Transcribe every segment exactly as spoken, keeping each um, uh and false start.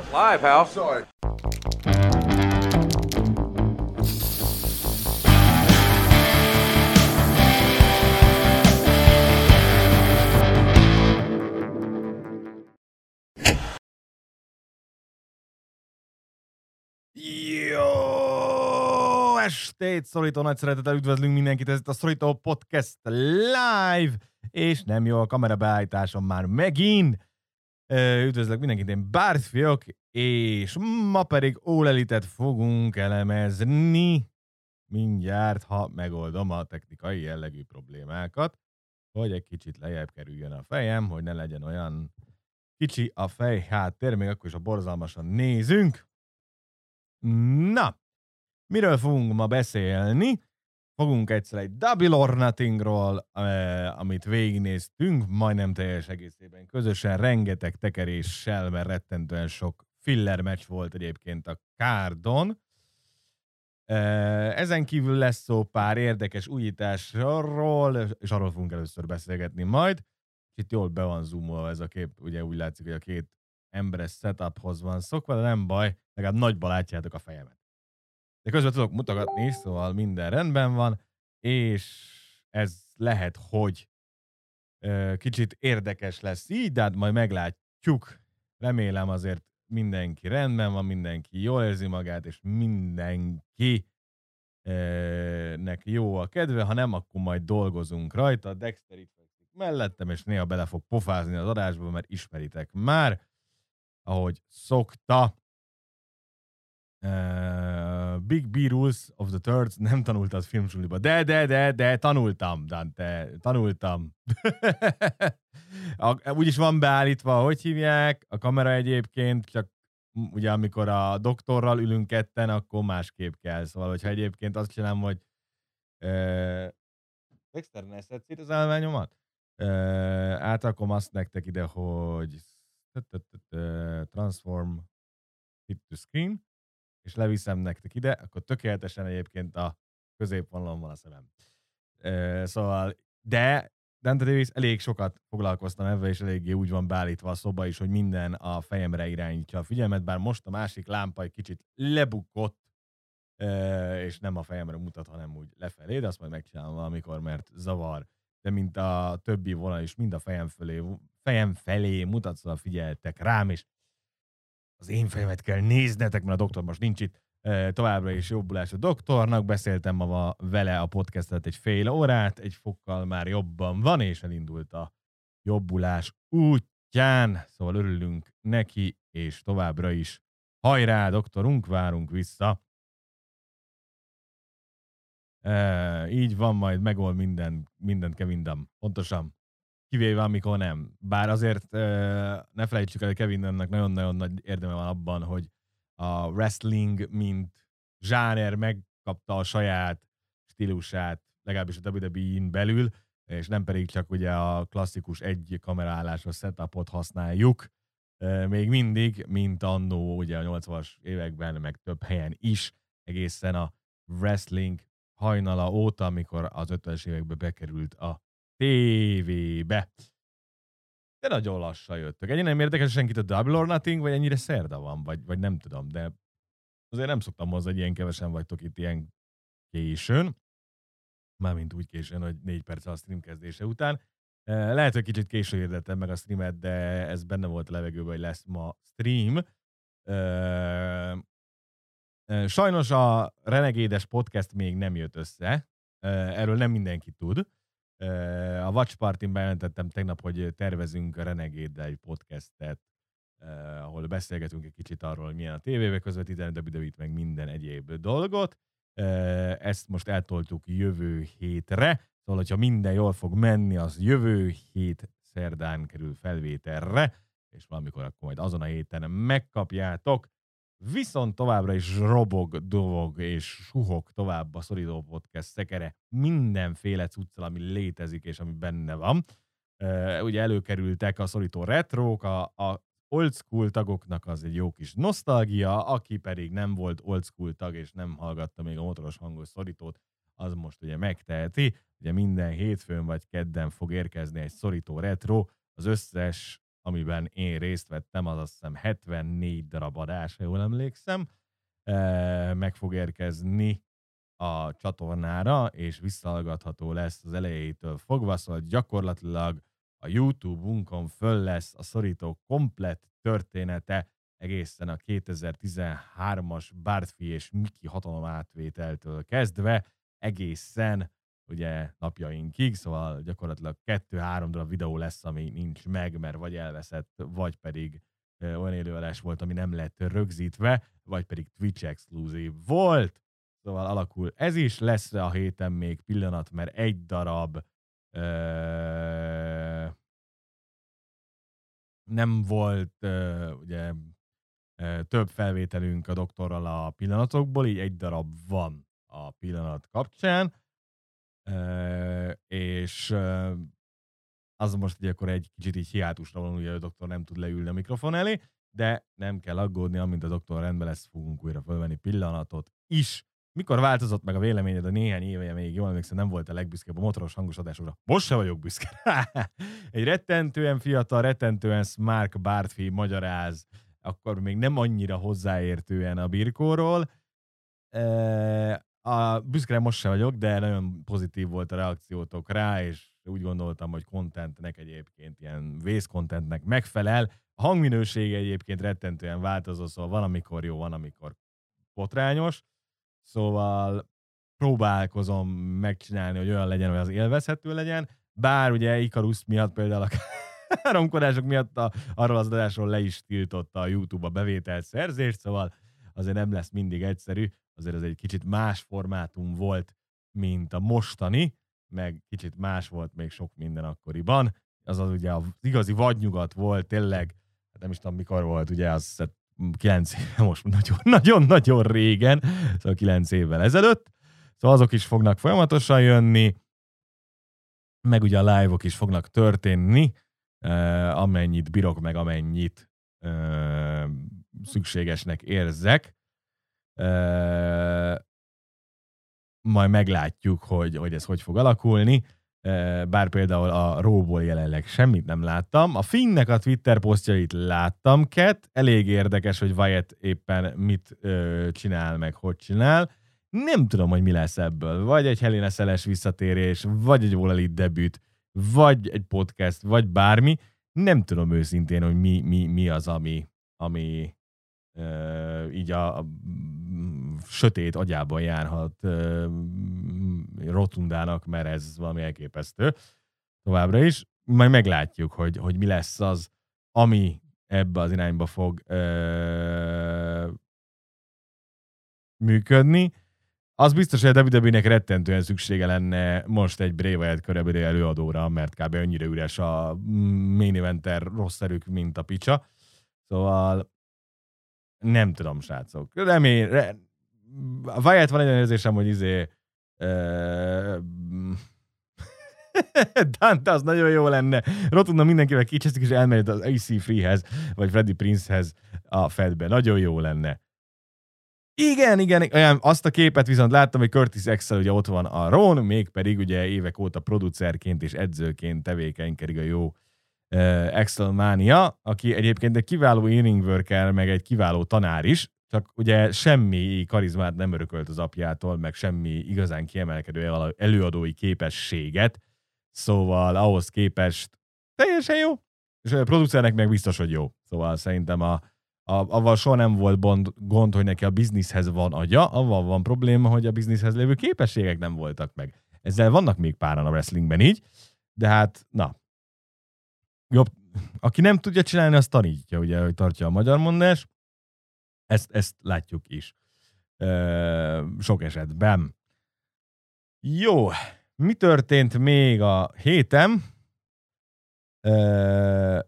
Live, Hal. Sorry. Jó estét, szorító nagy szeretettel üdvözlünk mindenkit, ez itt a Szorító Podcast live, és nem jó a kamerabeállításom már megint. Üdvözlök mindenkit, én Bárc vagyok, és ma pedig All Elite-et fogunk elemezni. Mindjárt, ha megoldom a technikai jellegű problémákat, hogy egy kicsit lejjebb kerüljön a fejem, hogy ne legyen olyan kicsi a fej háttér, még akkor is a borzalmasan nézünk. Na, miről fogunk ma beszélni? Fogunk egyszer egy Double or Nothingról, eh, amit végignéztünk, majdnem teljes egészében közösen, rengeteg tekeréssel, mert rettentően sok filler meccs volt egyébként a kárdon. Eh, ezen kívül lesz szó pár érdekes újításról, és arról fogunk először beszélgetni majd. Itt jól be van zoomolva ez a kép, ugye úgy látszik, hogy a két emberes setuphoz van szokva, de nem baj, legalább nagyban látjátok a fejemet. De közben tudok mutogatni, szóval minden rendben van, és ez lehet, hogy ö, kicsit érdekes lesz így, de hát majd meglátjuk. Remélem azért mindenki rendben van, mindenki jól érzi magát, és mindenkinek jó a kedve, ha nem, akkor majd dolgozunk rajta. Dexter itt fekszik mellettem, és néha bele fog pofázni az adásba, mert ismeritek már, ahogy szokta. Uh, Big B Rules of the Thirds, nem tanultad filmsuliba. De, de, de, de, tanultam, Dante, tanultam. Úgyis van beállítva, hogy hívják, a kamera egyébként, csak ugye amikor a doktorral ülünk ketten, akkor másképp kell. Szóval, hogyha egyébként azt csinálom, hogy uh, Dexter, ne szedd szét az állványomat? Uh, átrakom azt nektek ide, hogy transform hit to screen, és leviszem nektek ide, akkor tökéletesen egyébként a középvonalon van a szemem. Uh, szóval, de Dante Davis elég sokat foglalkoztam ebben, és eléggé úgy van beállítva a szoba is, hogy minden a fejemre irányítja a figyelmet, bár most a másik lámpa egy kicsit lebukott, uh, és nem a fejemre mutat, hanem úgy lefelé, de azt majd megcsinálom valamikor, mert zavar. De mint a többi vonal is, mind a fejem felé, fejem felé mutat, szóval figyeltek rám, és az én fejemet kell néznetek, mert a doktor most nincs itt. E, továbbra is jobbulás a doktornak. Beszéltem ma vele a podcastet egy fél órát, egy fokkal már jobban van, és elindult a jobbulás útján. Szóval örülünk neki, és továbbra is hajrá, doktorunk, várunk vissza. E, így van, majd megold minden, mindent Kevin Dunn. Pontosan. Kivéve amikor nem. Bár azért uh, ne felejtsük el, hogy Kevin Dunnnak nagyon-nagyon nagy érdeme van abban, hogy a wrestling, mint zsáner megkapta a saját stílusát, legalábbis a dupla vé dupla vé-n belül, és nem pedig csak ugye a klasszikus egy kameraállásos setupot használjuk, uh, még mindig, mint annó ugye a nyolcvanas években, meg több helyen is, egészen a wrestling hajnala óta, amikor az ötvenes években bekerült a tévébe. De nagyon lassan jöttök. Ennyire nem érdekes senkit a Double or Nothing, vagy ennyire szerda van, vagy, vagy nem tudom, de azért nem szoktam hozzá, hogy ilyen kevesen vagytok itt ilyen későn. Mármint úgy későn, hogy négy perccel a stream kezdése után. Lehet, hogy kicsit késő hirdettem meg a streamet, de ez benne volt a levegőben, hogy lesz ma stream. Sajnos a Renegédes podcast még nem jött össze. Erről nem mindenki tud. A Watch Party-n bejelentettem tegnap, hogy tervezünk a Renegade egy podcastet, eh, ahol beszélgetünk egy kicsit arról, hogy milyen a tévébe közvetíteni, de videóit meg minden egyéb dolgot. Eh, ezt most eltoltuk jövő hétre, szóval, hogyha minden jól fog menni, az jövő hét szerdán kerül felvételre, és valamikor akkor majd azon a héten megkapjátok. Viszont továbbra is robog, dovog és suhog tovább a Szorító Podcast szekere mindenféle cuccal, ami létezik és ami benne van. Uh, ugye előkerültek a Szorító retrók, a, a old school tagoknak az egy jó kis nosztalgia, aki pedig nem volt old school tag és nem hallgatta még a motoros hangos szorítót, az most ugye megteheti. Ugye minden hétfőn vagy kedden fog érkezni egy Szorító retro, az összes amiben én részt vettem, az azt hiszem hetvennégy darab adás, ha jól emlékszem, meg fog érkezni a csatornára, és visszahallgatható lesz az elejétől fogva, szóval gyakorlatilag a YouTube-unkon föl lesz a szorító komplett története egészen a kétezer-tizenhármas Bártfi és Miki hatalomátvételtől kezdve egészen ugye napjainkig, szóval gyakorlatilag kettő-három darab videó lesz, ami nincs meg, mert vagy elveszett, vagy pedig ö, olyan élőadás volt, ami nem lett rögzítve, vagy pedig Twitch exkluzív volt. Szóval alakul ez is, lesz a héten még pillanat, mert egy darab ö, nem volt ö, ugye ö, több felvételünk a doktorral a pillanatokból, így egy darab van a pillanat kapcsán, ö, és ö, az most ugye akkor egy kicsit így hiátusra van, ugye a doktor nem tud leülni a mikrofon elé, de nem kell aggódni, amint a doktor rendben lesz, fogunk újra fölvenni pillanatot is. Mikor változott meg a véleményed a néhány éve, még jól emlékszem, nem volt a legbüszkébb a motoros hangos adásokra. Most se vagyok büszke. Egy rettentően fiatal, rettentően smart Bártfi magyaráz, akkor még nem annyira hozzáértően a birkóról. A büszkére most se vagyok, de nagyon pozitív volt a reakciótok rá, és úgy gondoltam, hogy contentnek egyébként ilyen vészcontentnek megfelel. A hangminősége egyébként rettentően változó, szóval van, amikor jó, van, amikor botrányos. Szóval próbálkozom megcsinálni, hogy olyan legyen, hogy az élvezhető legyen, bár ugye Ikarus miatt például a káromkodások miatt a, arról az adásról le is tiltotta a YouTube a bevételt szerzést, szóval azért nem lesz mindig egyszerű, azért ez egy kicsit más formátum volt, mint a mostani, meg kicsit más volt még sok minden akkoriban. Az az ugye az igazi vadnyugat volt, tényleg, hát nem is tudom mikor volt, ugye az kilenc éve, most nagyon-nagyon régen, szóval kilenc évvel ezelőtt. Szóval azok is fognak folyamatosan jönni, meg ugye a live-ok is fognak történni, eh, amennyit bírok, meg amennyit eh, szükségesnek érzek. Eh, majd meglátjuk, hogy, hogy ez hogy fog alakulni. Bár például a Róból jelenleg semmit nem láttam. A Finnnek a Twitter posztjait láttam, Ket. Elég érdekes, hogy Wyatt éppen mit ö, csinál, meg hogy csinál. Nem tudom, hogy mi lesz ebből. Vagy egy Helena Szeles visszatérés, vagy egy All Elite debüt, vagy egy podcast, vagy bármi. Nem tudom őszintén, hogy mi, mi, mi az, ami, ami ö, így a, a sötét agyában járhat uh, Rotundának, mert ez valami elképesztő. Továbbra is. Majd meglátjuk, hogy, hogy mi lesz az, ami ebbe az irányba fog uh, működni. Az biztos, hogy a dupla vé dupla vé-nek rettentően szüksége lenne most egy Bray Wyatt körülbelül előadóra, mert kb. Annyira üres a main eventer rossz erők, mint a picsa. Szóval nem tudom, srácok. Remény, re, a Wyatt van egy olyan érzésem, hogy izé uh, Dante az nagyon jó lenne. Rotunda mindenkivel kicseszik, és elmegy az á cé Freehez, vagy Freddie Princehez a Fedbe. Nagyon jó lenne. Igen, igen, olyan, azt a képet viszont láttam, hogy Curtis Axel ugye ott van a Ron, mégpedig ugye évek óta producerként és edzőként tevékenykedik a jó uh, Axel Mania, aki egyébként egy kiváló in-ring worker, meg egy kiváló tanár is, csak ugye semmi karizmát nem örökölt az apjától, meg semmi igazán kiemelkedő előadói képességet, szóval ahhoz képest teljesen jó, és a producernek meg biztos, hogy jó. Szóval szerintem a, a, avval soha nem volt bond, gond, hogy neki a bizniszhez van agya, avval van probléma, hogy a bizniszhez lévő képességek nem voltak meg. Ezzel vannak még páran a wrestlingben így, de hát, na, jobb. Aki nem tudja csinálni, azt tanítja, ugye, hogy tartja a magyar mondás. Ezt, ezt látjuk is. Ö, sok esetben. Jó. Mi történt még a héten? Ö,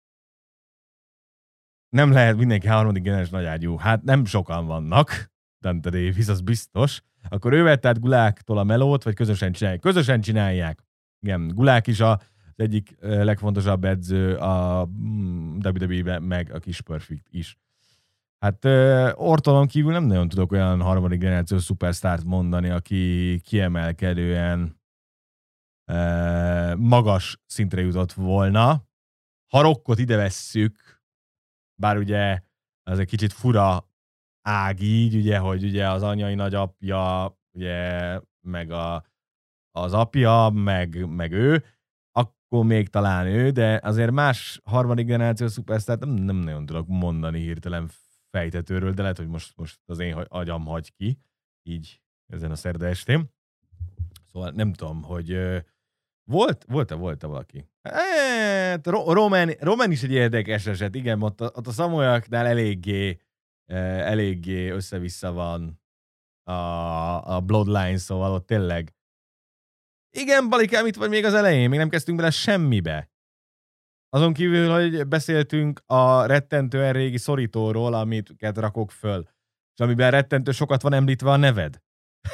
nem lehet mindenki harmadik generális nagyágyú. Hát nem sokan vannak. Dante Davis, az biztos. Akkor ő vett át Guláktól a melót, vagy közösen csinálják? Közösen csinálják. Igen, Gulák is a az egyik legfontosabb edző a dupla vé dupla vé-ben, meg a kis Perfect is. Hát uh, Ortonon kívül nem nagyon tudok olyan harmadik generációs szupersztárt mondani, aki kiemelkedően uh, magas szintre jutott volna. ha rockot ide vesszük, bár ugye az egy kicsit fura ág így, ugye, hogy ugye az anyai nagyapja, ugye, meg a, az apja, meg, meg ő, akkor még talán ő, de azért más harmadik generációs szupersztárt nem, nem nagyon tudok mondani hirtelen fejtetőről, de lehet, hogy most, most az én agyam hagy ki, így ezen a szerda estén. Szóval nem tudom, hogy volt, volt-e, volt-e valaki? Hát, Roman, Roman is egy érdekes eset, igen, ott a, ott a szamolyaknál eléggé, eléggé össze-vissza van a, a Bloodline, szóval ott tényleg. Igen, Balikám, itt vagy még az elején, még nem kezdtünk bele semmibe. Azon kívül, hogy beszéltünk a rettentően régi szorítóról, amit rakok föl, és amiben rettentő sokat van említve a neved.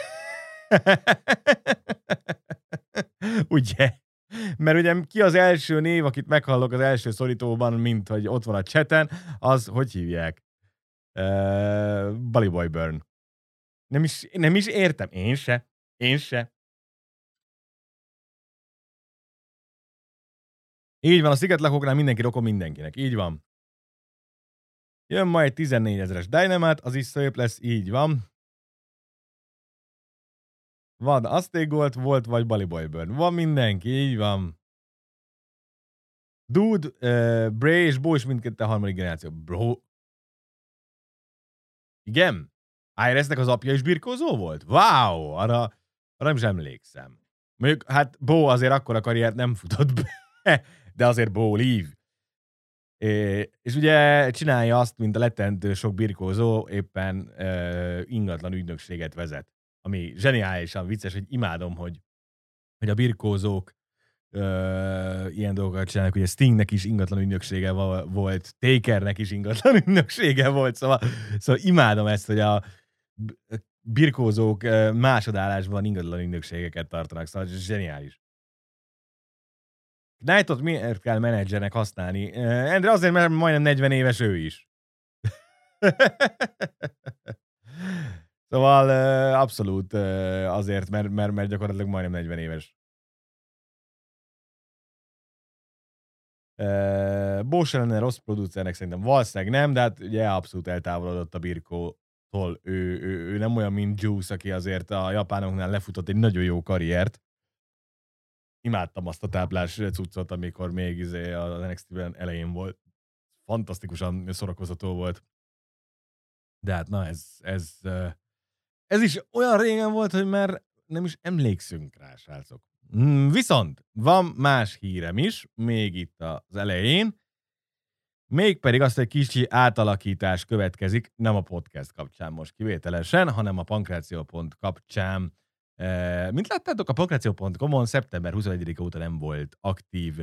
Ugye? Mert ugye ki az első név, akit meghallok az első szorítóban, mint hogy ott van a chaten, az hogy hívják? Uh, Bully Boy Burn. Nem is, nem is értem. Én se. Én se. Így van, a szigetlakóknál mindenki rokon mindenkinek. Így van. Jön majd tizennégyezeres Dynamite, az is szép lesz, így van. Van Azték Gold, volt vagy Bully Boy Burn. Van mindenki, így van. Dude, uh, Bray és Bo is mindkettő a harmadik generáció. Bro. Igen? i er es-nek az apja is birkózó volt? Wow! Arra, arra nem is emlékszem. Mondjuk, hát Bo azért akkora karriert nem futott be, de azért Bo Leave. É, és ugye csinálja azt, mint a lettentő sok birkózó, éppen uh, ingatlan ügynökséget vezet. Ami zseniálisan vicces, hogy imádom, hogy, hogy a birkózók uh, ilyen dolgokat csinálnak, ugye Stingnek is ingatlan ügynöksége volt, Takernek is ingatlan ügynöksége volt, szóval, szóval imádom ezt, hogy a birkózók uh, másodállásban ingatlan ügynökségeket tartanak, szóval zseniális. Knightot miért kell menedzsernek használni? Uh, Endre azért, mert majdnem negyven éves ő is. Szóval uh, abszolút uh, azért, mert, mert, mert gyakorlatilag majdnem negyven éves. Uh, Bosch lenne rossz producernek szerintem valószínűleg nem, de hát ugye abszolút eltávolodott a birkótól. Ő, ő, ő nem olyan, mint Juice, aki azért a japánoknál lefutott egy nagyon jó karriert. Imádtam azt a táblás cuccot, amikor még izé az en iksz té-ben elején volt. Fantasztikusan szórakoztató volt. De hát na, ez, ez, ez is olyan régen volt, hogy már nem is emlékszünk rá, srácok. Viszont van más hírem is, még itt az elején, mégpedig azt, hogy kicsi átalakítás következik, nem a podcast kapcsán most kivételesen, hanem a pankráció pont kapcsán. E, mint láttátok, a pankráció pont com-on szeptember huszonegyedike óta nem volt aktív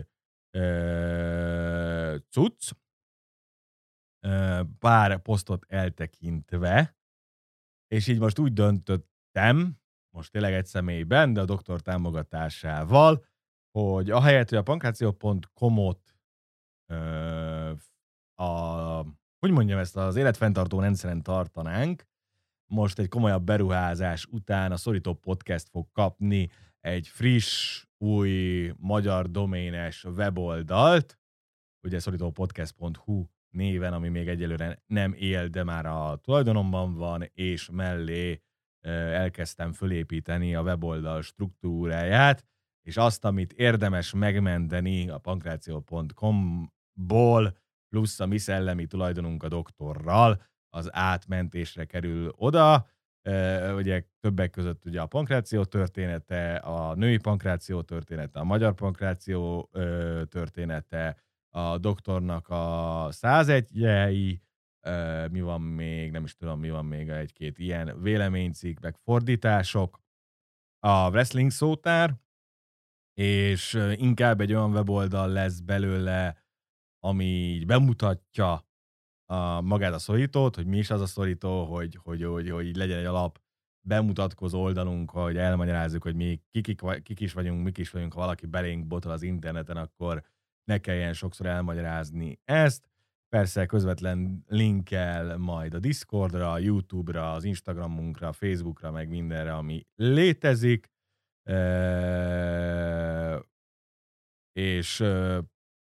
e, cucc, e, pár posztot eltekintve, és így most úgy döntöttem, most tényleg egy személyben, de a doktor támogatásával, hogy ahelyett, hogy a pankráció pont com-ot ö, a, hogy mondjam ezt, az életfenntartó rendszeren tartanánk, most egy komolyabb beruházás után a Szorító Podcast fog kapni egy friss, új magyar doménes weboldalt, ugye szorítópodcast pont hu néven, ami még egyelőre nem él, de már a tulajdonomban van, és mellé elkezdtem fölépíteni a weboldal struktúráját, és azt, amit érdemes megmenteni a pankráció pont com-ból, plusz a mi szellemi tulajdonunk a doktorral, az átmentésre kerül oda. Ugye többek között ugye a pankráció története, a női pankráció története, a magyar pankráció története, a doktornak a százegyei, Uh, mi van még, nem is tudom, mi van még egy-két ilyen véleménycikk, meg fordítások, a wrestling szótár, és uh, inkább egy olyan weboldal lesz belőle, ami így bemutatja a, magát a szorítót, hogy mi is az a szorító, hogy, hogy, hogy, hogy így legyen egy alap bemutatkozó oldalunk, hogy elmagyarázzuk, hogy mi kik, kik is vagyunk, mik is vagyunk, ha valaki belénk botol az interneten, akkor ne kelljen sokszor elmagyarázni ezt. Persze közvetlen linkkel majd a Discordra, a YouTube-ra, az Instagramunkra, a Facebookra, meg mindenre, ami létezik. E- és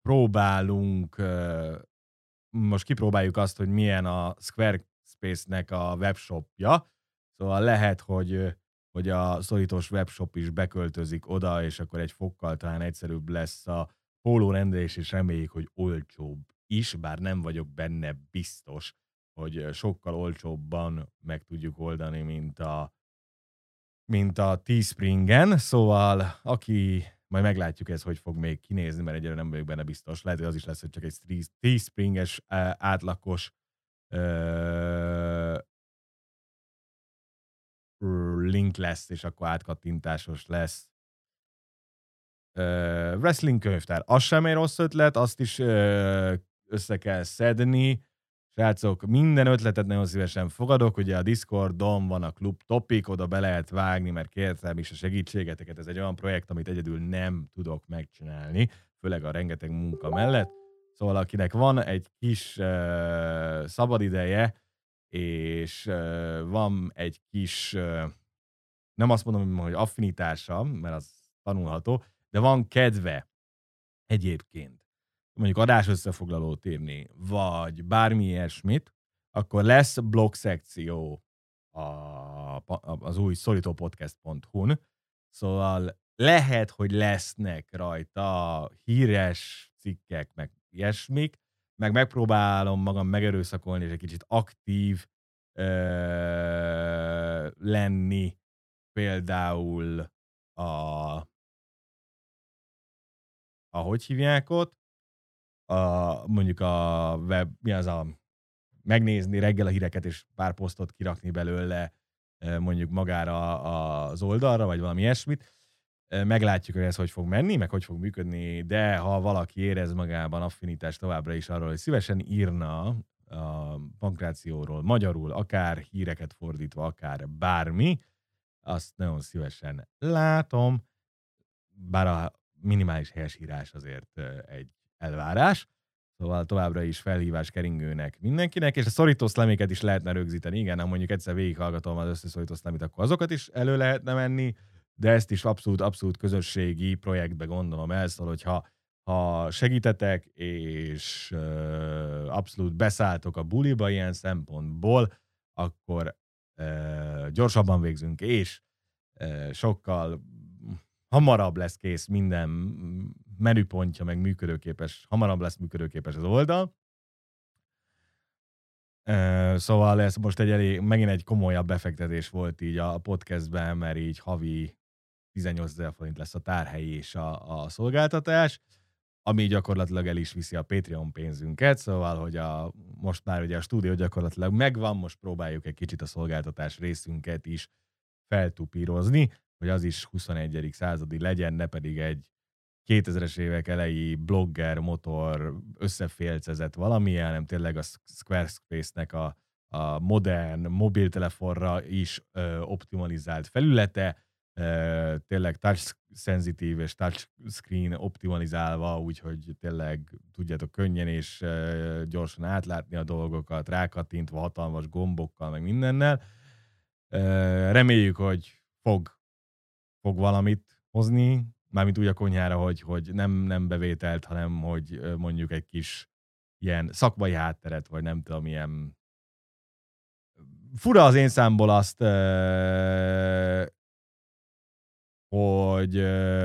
próbálunk, most kipróbáljuk azt, hogy milyen a Squarespace-nek a webshopja, szóval lehet, hogy, hogy a szorítós webshop is beköltözik oda, és akkor egy fokkal talán egyszerűbb lesz a pólórendelés, és reméljük, hogy olcsóbb is, bár nem vagyok benne biztos, hogy sokkal olcsóbban meg tudjuk oldani, mint a, mint a Teespringen, szóval aki, majd meglátjuk ez, hogy fog még kinézni, mert egyre nem vagyok benne biztos. Lehet, hogy az is lesz, hogy csak egy Teespringes átlagos uh, link lesz, és akkor átkattintásos lesz. Uh, wrestling könyvtár, az sem egy rossz ötlet, azt is uh, össze kell szedni. Srácok, minden ötletet nagyon szívesen fogadok, ugye a Discordon van a Club Topic, oda be lehet vágni, mert kértem is a segítségeteket, ez egy olyan projekt, amit egyedül nem tudok megcsinálni, főleg a rengeteg munka mellett. Szóval akinek van egy kis uh, szabadideje, és uh, van egy kis, uh, nem azt mondom, hogy affinitása, mert az tanulható, de van kedve egyébként mondjuk adás összefoglalót írni, vagy bármi ilyesmit, akkor lesz blog szekció a, az új szorítopodcast pont hu-n, szóval lehet, hogy lesznek rajta híres cikkek, meg ilyesmik, meg megpróbálom magam megerőszakolni, és egy kicsit aktív ö, lenni, például a ahogy hívják ott, a, mondjuk a web, mi az a megnézni reggel a híreket, és pár posztot kirakni belőle mondjuk magára az oldalra, vagy valami ilyesmit. Meglátjuk, hogy ez hogy fog menni, meg hogy fog működni, de ha valaki érez magában affinitást továbbra is arról, hogy szívesen írna a pankrációról magyarul, akár híreket fordítva, akár bármi, azt nagyon szívesen látom, bár a minimális helyesírás azért egy elvárás, szóval továbbra is felhívás keringőnek mindenkinek, és a szorítószleméket is lehetne rögzíteni. Igen, ha mondjuk egyszer végighallgatom az összes szorítószlemét, akkor azokat is elő lehetne menni, de ezt is abszolút, abszolút közösségi projektbe gondolom el, szóval, hogyha ha segítetek, és uh, abszolút beszálltok a buliba ilyen szempontból, akkor uh, gyorsabban végzünk, és uh, sokkal hamarabb lesz kész minden menüpontja, meg működőképes, hamarabb lesz működőképes az oldal. Szóval ez most egy elég, megint egy komolyabb befektetés volt így a podcastben, mert így havi tizennyolcezer forint lesz a tárhely és a, a szolgáltatás, ami gyakorlatilag el is viszi a Patreon pénzünket, szóval, hogy a, most már ugye a stúdió gyakorlatilag megvan, most próbáljuk egy kicsit a szolgáltatás részünket is feltupírozni, hogy az is huszonegyedik századi legyen, ne pedig egy kétezres évek elejé blogger, motor, összefélcezett valamilyen, hanem tényleg a Squarespace-nek a, a modern mobiltelefonra is ö, optimalizált felülete, ö, tényleg touch szenzitív és touch screen optimalizálva, úgyhogy tényleg tudjátok könnyen és ö, gyorsan átlátni a dolgokat, rákattintva hatalmas gombokkal, meg mindennel. Ö, reméljük, hogy fog, fog valamit hozni, mármint úgy a konyhára, hogy, hogy nem, nem bevételt, hanem hogy mondjuk egy kis ilyen szakmai hátteret, vagy nem tudom, ilyen fura az én számból azt, hogy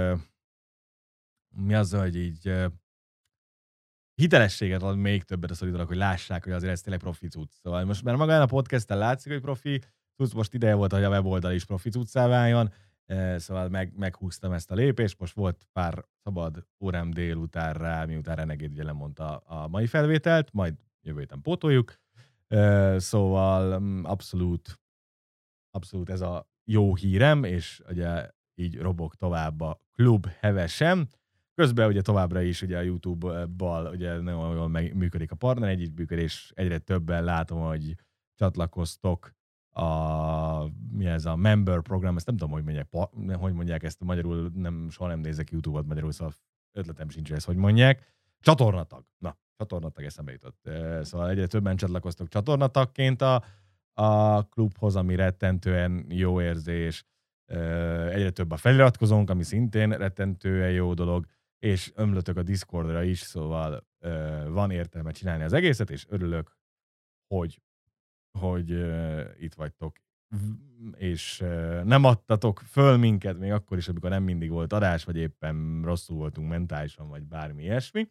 mi az, hogy így hitelességet ad még többet a szorítónak, hogy lássák, hogy azért ez tényleg profi cucc. Szóval most már magán a podcasten látszik, hogy profi cucc, most ideje volt, hogy a weboldal is profi cuccá váljon, szóval meg, meghúztam ezt a lépést, most volt pár szabad órám délután rá, miután Renegade ugye lemondta a mai felvételt, majd jövő héten pótoljuk, szóval abszolút, abszolút ez a jó hírem, és ugye így robog tovább a klub hevesem. Közben ugye továbbra is ugye a YouTube-bal ugye nagyon jól működik a partner együttműködés, egyre többen látom, hogy csatlakoztok a, mi ez a member program, ezt nem tudom, hogy mondják, hogy mondják ezt magyarul, nem, soha nem nézek YouTube-ot magyarul, szóval ötletem sincs, hogy ezt hogy mondják. Csatornatag. Na, csatornatag eszembe jutott. Szóval egyre többen csatlakoztok csatornatagként a, a klubhoz, ami rettentően jó érzés. Egyre több a feliratkozónk, ami szintén rettentően jó dolog. és ömlötök a Discordra is, szóval ö, van értelme csinálni az egészet, és örülök, hogy, hogy ö, itt vagytok, és ö, nem adtatok föl minket, még akkor is, amikor nem mindig volt adás, vagy éppen rosszul voltunk mentálisan, vagy bármi ilyesmi.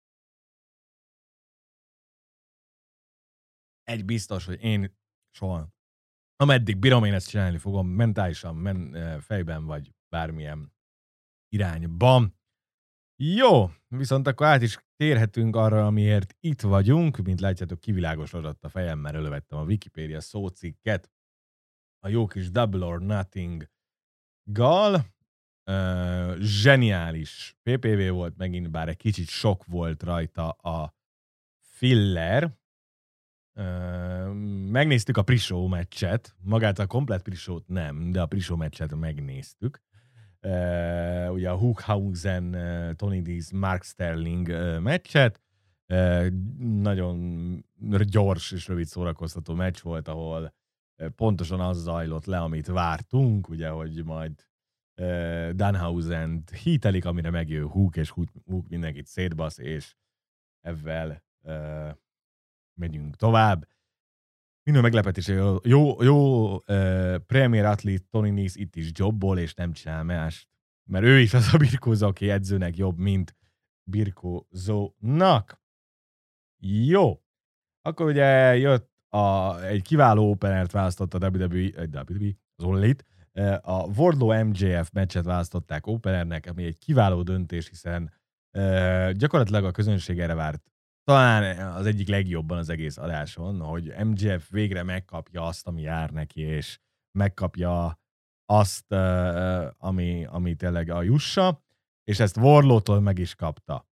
Egy biztos, hogy én soha, ameddig bírom, én ezt csinálni fogom, mentálisan, men, fejben, vagy bármilyen irányban. Jó, viszont akkor át is térhetünk arra, amiért itt vagyunk. Mint látjátok, kivilágosodott a fejem, mert elővettem a Wikipédia szócikket a jó kis Double or Nothing gal. Uh, zseniális pé pé vé volt megint, bár egy kicsit sok volt rajta a filler. Uh, megnéztük a pre-show meccset, magát a komplet pre-show-t nem, de a pre-show meccset megnéztük. Uh, ugye a Hookhausen, uh, Tony Dees, Mark Sterling uh, meccset. Uh, nagyon gyors és rövid szórakoztató meccs volt, ahol uh, pontosan az zajlott le, amit vártunk, ugye, hogy majd uh, Danhausen-t hítelik, amire megjön Hook, és Hook, Hook mindenkit szétbasz, és ezzel uh, megyünk tovább. Minden meglepetés, jó, jó, jó uh, Premier Athlete Tony Nese itt is jobbol, és nem csinál mást. Mert ő is az a birkózó, aki edzőnek jobb, mint birkózónak. Jó. Akkor ugye jött a, egy kiváló openert választott a dupla vé dupla vé, dupla vé dupla vé az All-Elite. A Wardlow em jé ef meccset választották openernek, ami egy kiváló döntés, hiszen uh, gyakorlatilag a közönség erre várt. Talán az egyik legjobban az egész adáson, hogy em jé ef végre megkapja azt, ami jár neki, és megkapja azt, uh, ami, ami tényleg a jussa, és ezt Wardlow-tól meg is kapta.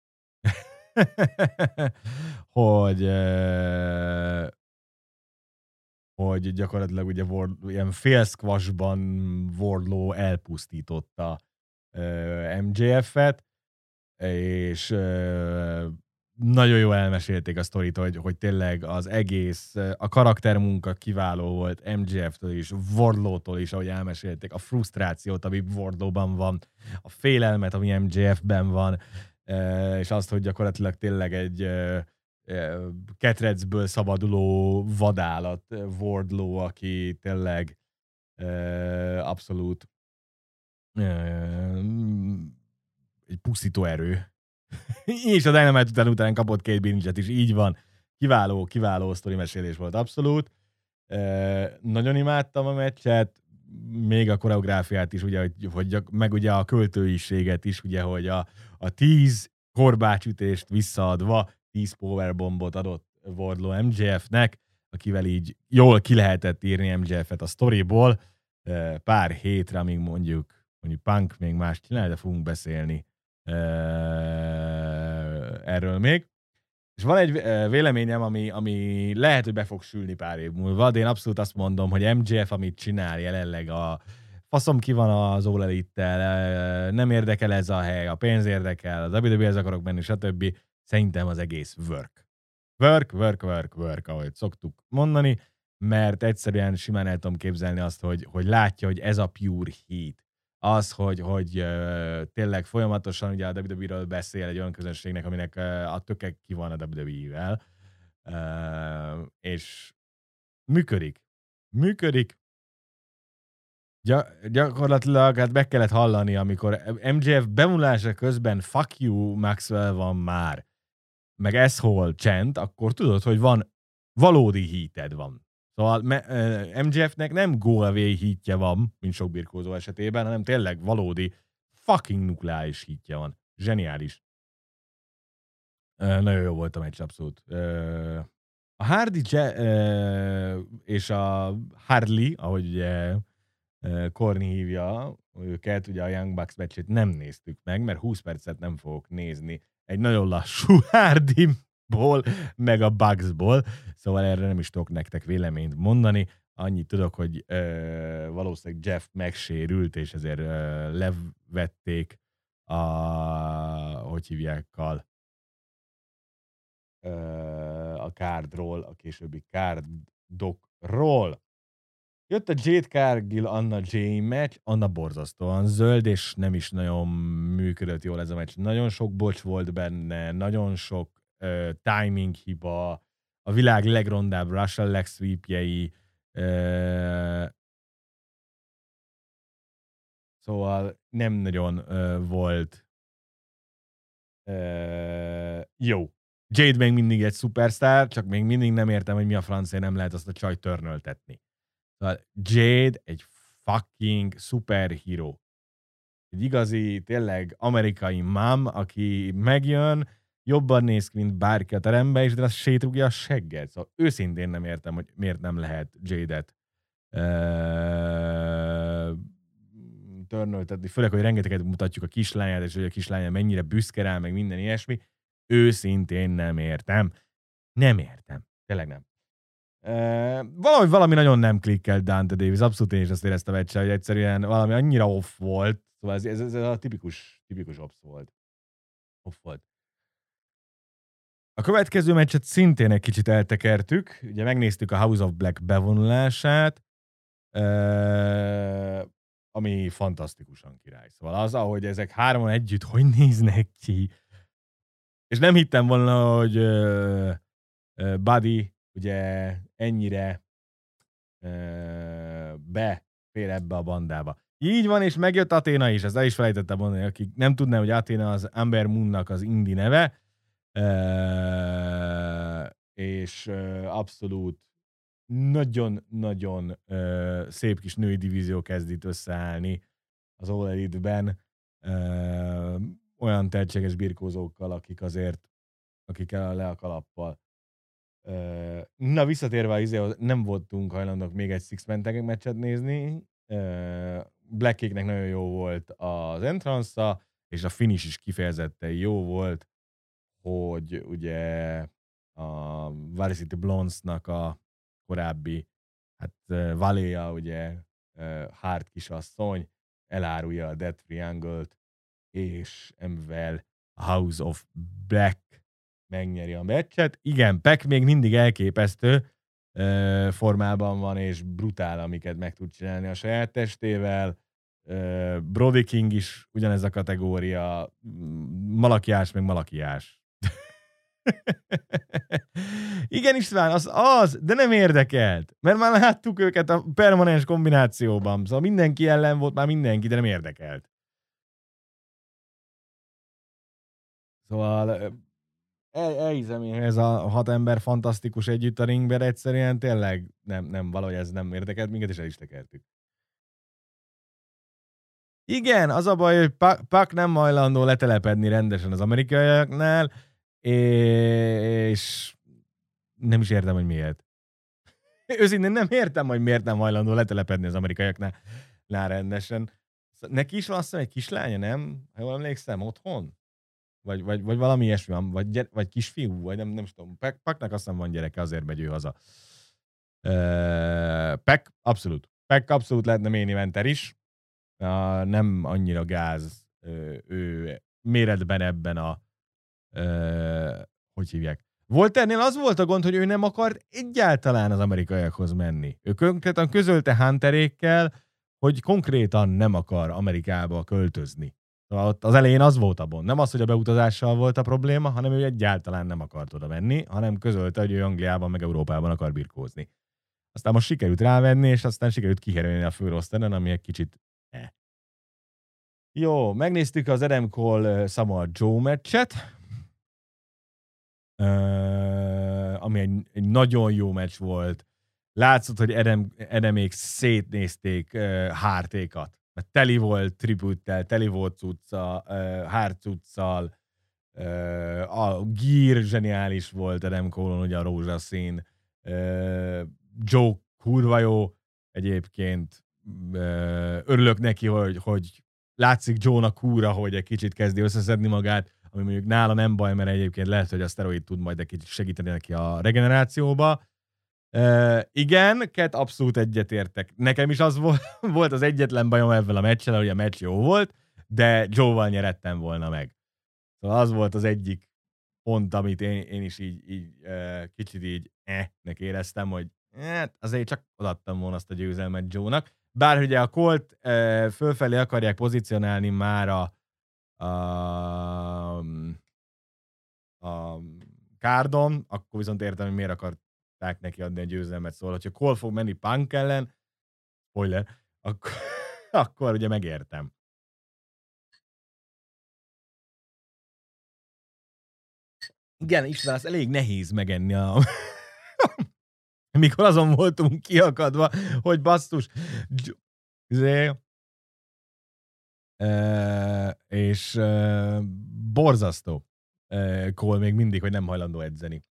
hogy uh, hogy gyakorlatilag ugye Ward, ilyen fél squashban Wardlow elpusztította uh, em jé ef-et, és uh, nagyon jó elmesélték a sztorit, hogy, hogy tényleg az egész, a karaktermunka kiváló volt em jé ef-től is, Wardlow-tól is, ahogy elmesélték, a frusztrációt, ami Wardlow-ban van, a félelmet, ami em jé ef-ben van, és azt, hogy gyakorlatilag tényleg egy ketrecből szabaduló vadállat Wardlow, aki tényleg abszolút egy pusztító erő. És a Dynamite után után kapott két binge-et is, így van. Kiváló, kiváló sztori mesélés volt, abszolút. E, nagyon imádtam a meccset, még a koreográfiát is, ugye, hogy, hogy meg ugye a költőiséget is, ugye, hogy a, a tíz korbácsütést visszaadva tíz powerbombot adott Wardlow em jé ef-nek, akivel így jól ki lehetett írni em jé ef-et a sztoriból. E, pár hétre, amíg mondjuk, mondjuk Punk még más csinál, de fogunk beszélni erről még. És van egy véleményem, ami, ami lehet, hogy be fog sülni pár év múlva, de én abszolút azt mondom, hogy em jé ef, amit csinál jelenleg, a faszom ki van az All Elite-tel, nem érdekel ez a hely, a pénz érdekel, az dupla vé dupla vé-hez akarok menni, stb. Szerintem az egész work. Work, work, work, work, ahogy szoktuk mondani, mert egyszerűen simán el tudom képzelni azt, hogy, hogy látja, hogy ez a pure heat. Az, hogy, hogy uh, tényleg folyamatosan ugye a dupla vé dupla vé-ről beszél egy olyan közönségnek, aminek uh, a töke ki van a dupla vé dupla vé-vel, uh, és működik. Működik. Gy- gyakorlatilag hát meg kellett hallani, amikor em jé ef bemulása közben fuck you Maxwell van már, meg eszhol csend, akkor tudod, hogy van valódi heated van. Szóval em jé ef-nek nem go away hitje van, mint sok birkózó esetében, hanem tényleg valódi fucking nukleáris hitje van. Zseniális. Uh, nagyon jó volt a meccs, abszolút. Uh, a Hardy Je- uh, és a Harley, ahogy ugye uh, Corny hívja őket, ugye a Young Bucks meccsét nem néztük meg, mert húsz percet nem fogok nézni egy nagyon lassú Hardy-ból, meg a Bucksból, szóval erre nem is tudok nektek véleményt mondani. Annyit tudok, hogy ö, valószínűleg Jeff megsérült, és ezért ö, levették a, hogy hívják, ö, a kárdról, a későbbi kárdokról. Jött a Jade Cargill Anna Jay meccs, Anna borzasztóan zöld, és nem is nagyon működött jól ez a meccs. Nagyon sok bocs volt benne, nagyon sok uh, timing hiba, a világ legrondább Russian leg sweepjei, uh, szóval nem nagyon uh, volt uh, jó. Jade még mindig egy szupersztár, csak még mindig nem értem, hogy mi a francért nem lehet azt a csajt törnöltetni. Szóval Jade egy fucking superhero. Egy igazi, tényleg amerikai mom, aki megjön, jobban néz ki, mint bárki a terembe, és de azt sétrugja a segget. Szóval őszintén nem értem, hogy miért nem lehet Jade-et uh, törnöltetni. Főleg, hogy rengeteget mutatjuk a kislányát, és hogy a kislánya mennyire büszke rá, meg minden ilyesmi. Őszintén nem értem. Nem értem. Tényleg nem. Uh, valahogy valami nagyon nem klikkelt Dante Davis, abszolút én is azt éreztem egyszer, hogy egyszerűen valami annyira off volt, szóval ez, ez, ez a tipikus, tipikus off volt. Off volt. A következő meccset szintén egy kicsit eltekertük, ugye megnéztük a House of Black bevonulását, uh, ami fantasztikusan király. Szóval az, ahogy ezek hárman együtt hogy néznek ki, és nem hittem volna, hogy uh, uh, Buddy ugye ennyire uh, befér ebbe a bandába. Így van, és megjött Athena is, ezt el is felejtettem mondani, akik nem tudná, hogy Athena az Amber Moonnak az indi neve, uh, és uh, abszolút nagyon-nagyon uh, szép kis női divízió kezd itt összeállni az All Elite-ben, uh, olyan tehetséges birkózókkal, akik azért, akikkel le a kalappal. Uh, na, visszatérve izéhoz, nem voltunk hajlandók még egy Six-Man Tag meccset nézni. Uh, Blackéknek nagyon jó volt az entrance-a, és a finish is kifejezetten jó volt, hogy ugye a Varsity Blondes-nak a korábbi hát uh, valéja, ugye uh, Hart kisasszony elárulja a Death Triangle-t, és amivel a House of Black megnyeri a meccset. Igen, Pac még mindig elképesztő uh, formában van, és brutál, amiket meg tud csinálni a saját testével. Uh, Brody King is ugyanez a kategória, malakiás, meg malakiás. Igen, István, az az, de nem érdekelt, mert már láttuk őket a permanens kombinációban, szóval mindenki ellen volt már mindenki, de nem érdekelt. Szóval el, elhiszem én, ez a hat ember fantasztikus együtt a ringben, egyszerűen tényleg nem, nem, valahogy ez nem érdekelt minket, és el is tekertük. Igen, az a baj, hogy Pac nem hajlandó letelepedni rendesen az amerikaiaknál, és nem is értem, hogy miért. Őszintén nem értem, hogy miért nem hajlandó letelepedni az amerikaiaknál rendesen. Neki is van azt hiszem egy kislánya, nem? Ha jól emlékszem, otthon? Vagy, vagy, vagy valami ilyesmi van, vagy, gyere, vagy kisfiú, vagy nem, nem tudom. Pacnak azt hiszem van gyereke, azért megy ő haza. Uh, Pac, abszolút. Pac abszolút lehetne main eventer is. Uh, nem annyira gáz uh, ő méretben ebben a uh, hogy hívják. Volternél az volt a gond, hogy ő nem akart egyáltalán az amerikaiakhoz menni. Ő konkrétan közölte Hunterékkel, hogy konkrétan nem akar Amerikába költözni. Ott az elején az volt a bond. Nem az, hogy a beutazással volt a probléma, hanem ő egyáltalán nem akart oda menni, hanem közölte, hogy ő Angliában meg Európában akar birkózni. Aztán most sikerült rávenni, és aztán sikerült kiherélni a főroszteren, ami egy kicsit eh. Jó, megnéztük az Adam Cole Samoa Joe meccset, uh, ami egy, egy nagyon jó meccs volt. Látszott, hogy Adam, Adamék szétnézték uh, Hartékat. Mert teli volt tribüttel, teli volt cucca, uh, Hart cuccal, uh, a gear zseniális volt Adam Cole-on, ugye a rózsaszín, uh, Joe kurva jó egyébként, uh, örülök neki, hogy, hogy látszik Joe-nak kúra, hogy egy kicsit kezdi összeszedni magát, ami mondjuk nála nem baj, mert egyébként lehet, hogy a szteroid tud majd egy kicsit segíteni neki a regenerációba. Uh, igen, Cat abszolút egyetértek. Nekem is az volt, volt az egyetlen bajom ebben a meccsel, hogy a meccs jó volt, de Joe-val nyerettem volna meg. Szóval az volt az egyik pont, amit én, én is így, így uh, kicsit így eh-nek éreztem, hogy Hát azért csak odaadtam volna azt a győzelmet Joe-nak. Bár ugye a Colt e, fölfelé akarják pozícionálni már a, a, a kárdon, akkor viszont értem, hogy miért akarták neki adni a győzelmet. Szóval, hogyha Colt fog menni Punk ellen, spoiler, akkor, akkor ugye megértem. Igen, István, az elég nehéz megenni a... mikor azon voltunk kiakadva, hogy basszus, izé, e, és e, borzasztó e, Cole még mindig, hogy nem hajlandó edzeni.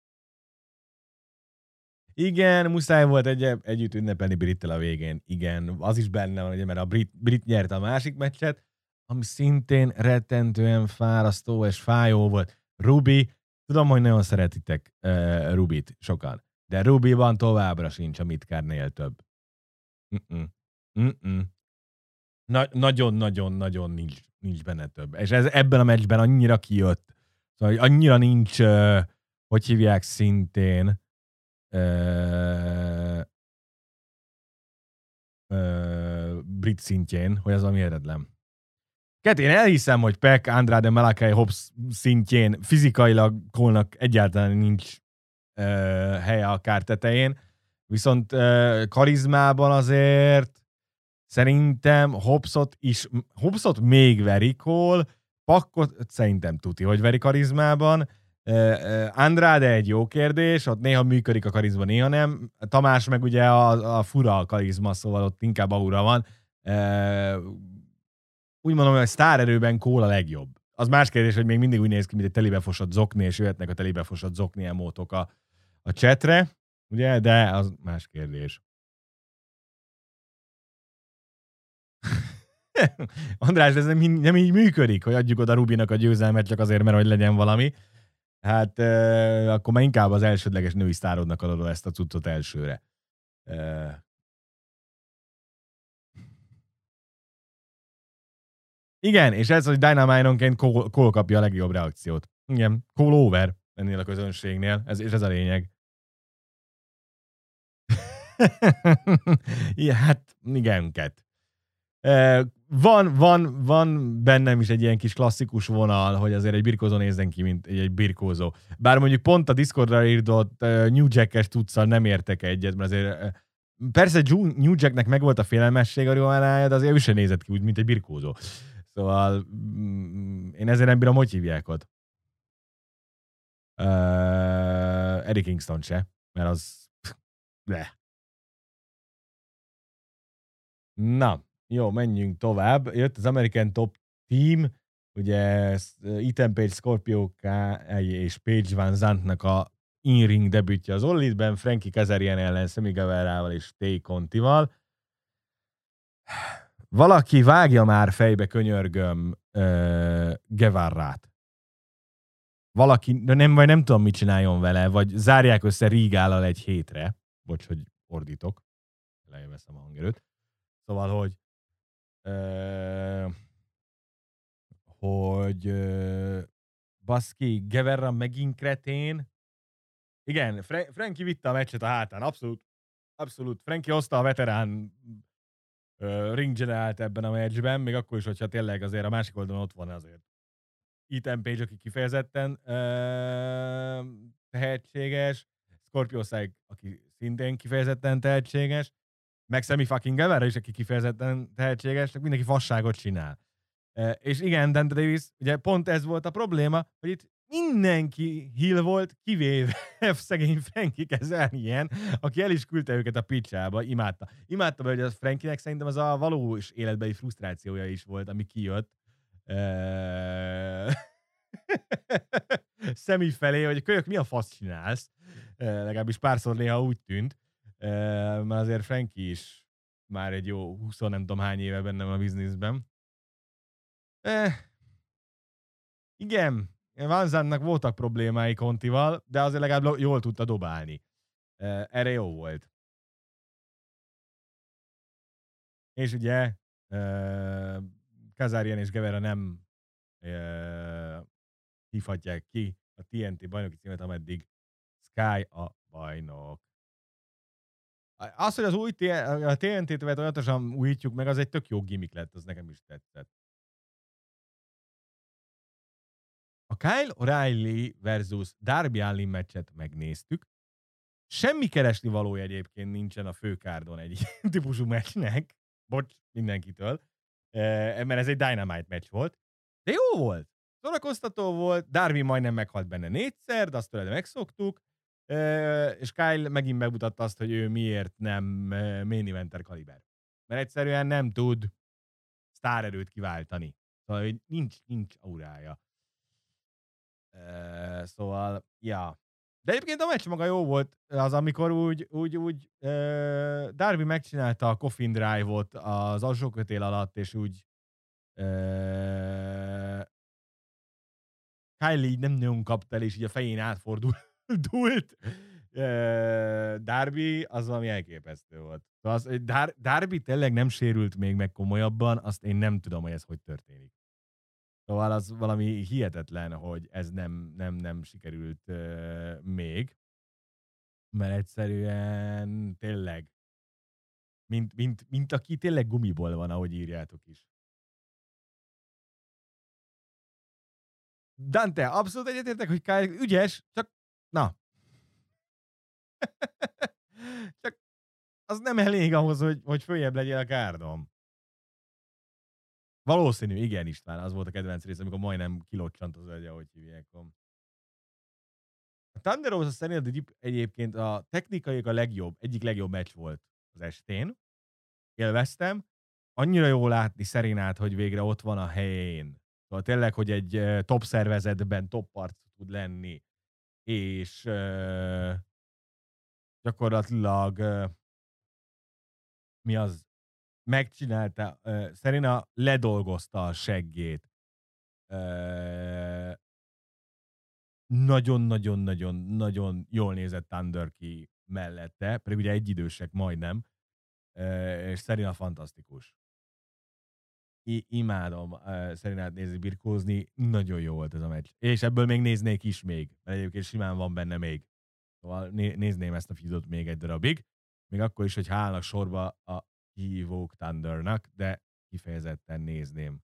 Igen, muszáj volt egy, együtt ünnepelni Brittel a végén. Igen, az is benne van, ugye, mert a Brit, Brit nyerte a másik meccset, ami szintén rettentően fárasztó és fájó volt. Ruby, tudom, hogy nagyon szeretitek uh, Rubit sokan, de Rubyban továbbra sincs a Midcardnél több. Mm-mm. Mm-mm. Na, nagyon-nagyon-nagyon nincs, nincs benne több. És ez ebben a meccsben annyira kijött, szóval hogy annyira nincs, uh, hogy hívják szintén, uh, uh, brit szintjén, hogy az valami éretlen. Kett, én elhiszem, hogy Peck, Andrade, Malakai, Hobbs szintjén fizikailag Cole-nak egyáltalán nincs uh, helye a kár tetején, viszont uh, karizmában azért szerintem Hobbsot is, Hobbsot még veri Cole, Pakkot szerintem tuti, hogy veri karizmában. Uh, uh, Andrade egy jó kérdés, ott néha működik a karizma, néha nem. Tamás meg ugye a, a fura a karizma, szóval ott inkább aura van. Uh, úgy mondom, hogy a sztárerőben Cole a legjobb. Az más kérdés, hogy még mindig úgy néz ki, mint egy telibefosott zokni, és jöhetnek a telibefosott zokni emótok a, a chatre, ugye, de az más kérdés. András, ez nem, nem így működik, hogy adjuk oda Rubinak a győzelmet csak azért, mert hogy legyen valami. Hát euh, akkor már inkább az elsődleges női sztárodnak adod ezt a cuccot elsőre. Euh, igen, és ez, hogy Dynamite-onként Cole, Cole kapja a legjobb reakciót. Igen, Cole over ennél a közönségnél, ez, és ez a lényeg. ja, hát igen, Ket. Van, van, van bennem is egy ilyen kis klasszikus vonal, hogy azért egy birkózó nézzen ki, mint egy, egy birkózó. Bár mondjuk pont a Discordra írtott uh, New Jack-es tuccal nem értek egyet, mert azért uh, persze New Jacknek megvolt a félelmesség a ruhánája, de azért ő sem nézett ki úgy, mint egy birkózó. Szóval mm, én ezért nem bírom, hogy hívják ott. Uh, Eddie Kingston se, mert az... Le. Na, jó, menjünk tovább. Jött az American Top Team, ugye Ethan Page, Scorpio K és Paige Van Zantnak a in-ring debütje az All Elite-ben, Frankie Kazarian ellen Sammy Guevarával és Tay Contival. Valaki vágja már fejbe, könyörgöm, uh, Guevarrát. Valaki, de nem, vagy nem tudom, mit csináljon vele, vagy zárják össze Regállal egy hétre. Bocs, hogy ordítok. Lejöveszem a hangerőt. Szóval, hogy uh, hogy uh, baszki, Guevara megint kretén. Igen, Fra- Frankie vitte a meccset a hátán, abszolút, abszolút. Frankie hozta a veterán uh, ring generált ebben a meccsben, még akkor is, hogyha tényleg azért a másik oldalon ott van azért Ethan Page, aki kifejezetten uh, tehetséges, Scorpio Sky, aki szintén kifejezetten tehetséges, meg Sammy fucking Guevara is, aki kifejezetten tehetséges, csak mindenki fasságot csinál. Uh, és igen, Dante Davis, ugye pont ez volt a probléma, hogy itt mindenki heel volt, kivéve szegény Frankie Kazarian, aki el is küldte őket a picsába, imádta. Imádta be, hogy az Frankie-nek szerintem az a valós életbeli frusztrációja is volt, ami kijött. Uh... Szemi felé, hogy kölyök, mi a fasz csinálsz? Uh, legalábbis párszor néha úgy tűnt. Uh, mert azért Frankie is már egy jó húsz nem tudom hány éve bennem a bizniszben. Eh, igen, Van Zantnak voltak problémái Contival, de azért legalább jól tudta dobálni. Eh, erre jó volt. És ugye eh, Kazarian és Guevara nem eh, hívhatják ki a té en té bajnoki címet, ameddig Sky a bajnok. Az, hogy az új a té en té-t folyamatosan újítjuk meg, az egy tök jó gimmick lett, az nekem is tetszett. A Kyle O'Reilly versus Darby Allin meccset megnéztük. Semmi keresni valója egyébként nincsen a főkárdon egy típusú meccsnek. Bocs mindenkitől. Mert ez egy Dynamite meccs volt. De jó volt. Szórakoztató volt. Darby majdnem meghalt benne négyszer, de azt tőle megszoktuk. És Kyle megint megmutatta azt, hogy ő miért nem main eventer kaliber. Mert egyszerűen nem tud sztárerőt kiváltani. Szóval, hogy nincs, nincs aurája. Uh, szóval, ja. De egyébként a meccs maga jó volt, az amikor úgy, úgy, úgy uh, Darby megcsinálta a Coffin Drive-ot az alsókötél alatt, és úgy uh, Kylie így nem nagyon kapta el, és így a fején átfordult uh, Darby, az valami elképesztő volt. Az, Dar- Darby tényleg nem sérült még meg komolyabban, azt én nem tudom, hogy ez hogy történik. Szóval az valami hihetetlen, hogy ez nem, nem, nem sikerült uh, még, mert egyszerűen tényleg, mint, mint, mint aki tényleg gumiból van, ahogy írjátok is. Dante, abszolút egyetértek, hogy Kyle ügyes, csak na. Csak az nem elég ahhoz, hogy, hogy följebb legyen a kárdom. Valószínű, igen István, az volt a kedvenc rész, amikor majdnem kilocsant az agya, hogy hívják. A Thunder Rosa szerint egyébként a technikai a legjobb, egyik legjobb meccs volt az estén. Élveztem. Annyira jó látni Serenát, hogy végre ott van a helyén. Szóval tényleg, hogy egy top szervezetben top arc tud lenni, és uh, gyakorlatilag uh, mi az megcsinálta, uh, Serena ledolgozta a seggét. Uh, nagyon-nagyon-nagyon-nagyon jól nézett Thunder ki mellette, pedig ugye egyidősek majdnem, és Serena fantasztikus. I- imádom uh, Serenát nézni, birkózni, nagyon jó volt ez a meccs. És ebből még néznék is még, mert egyébként simán van benne még. Szóval né- nézném ezt a feudot még egy darabig, még akkor is, hogy állnak sorba a hívók Thundernak, de kifejezetten nézném.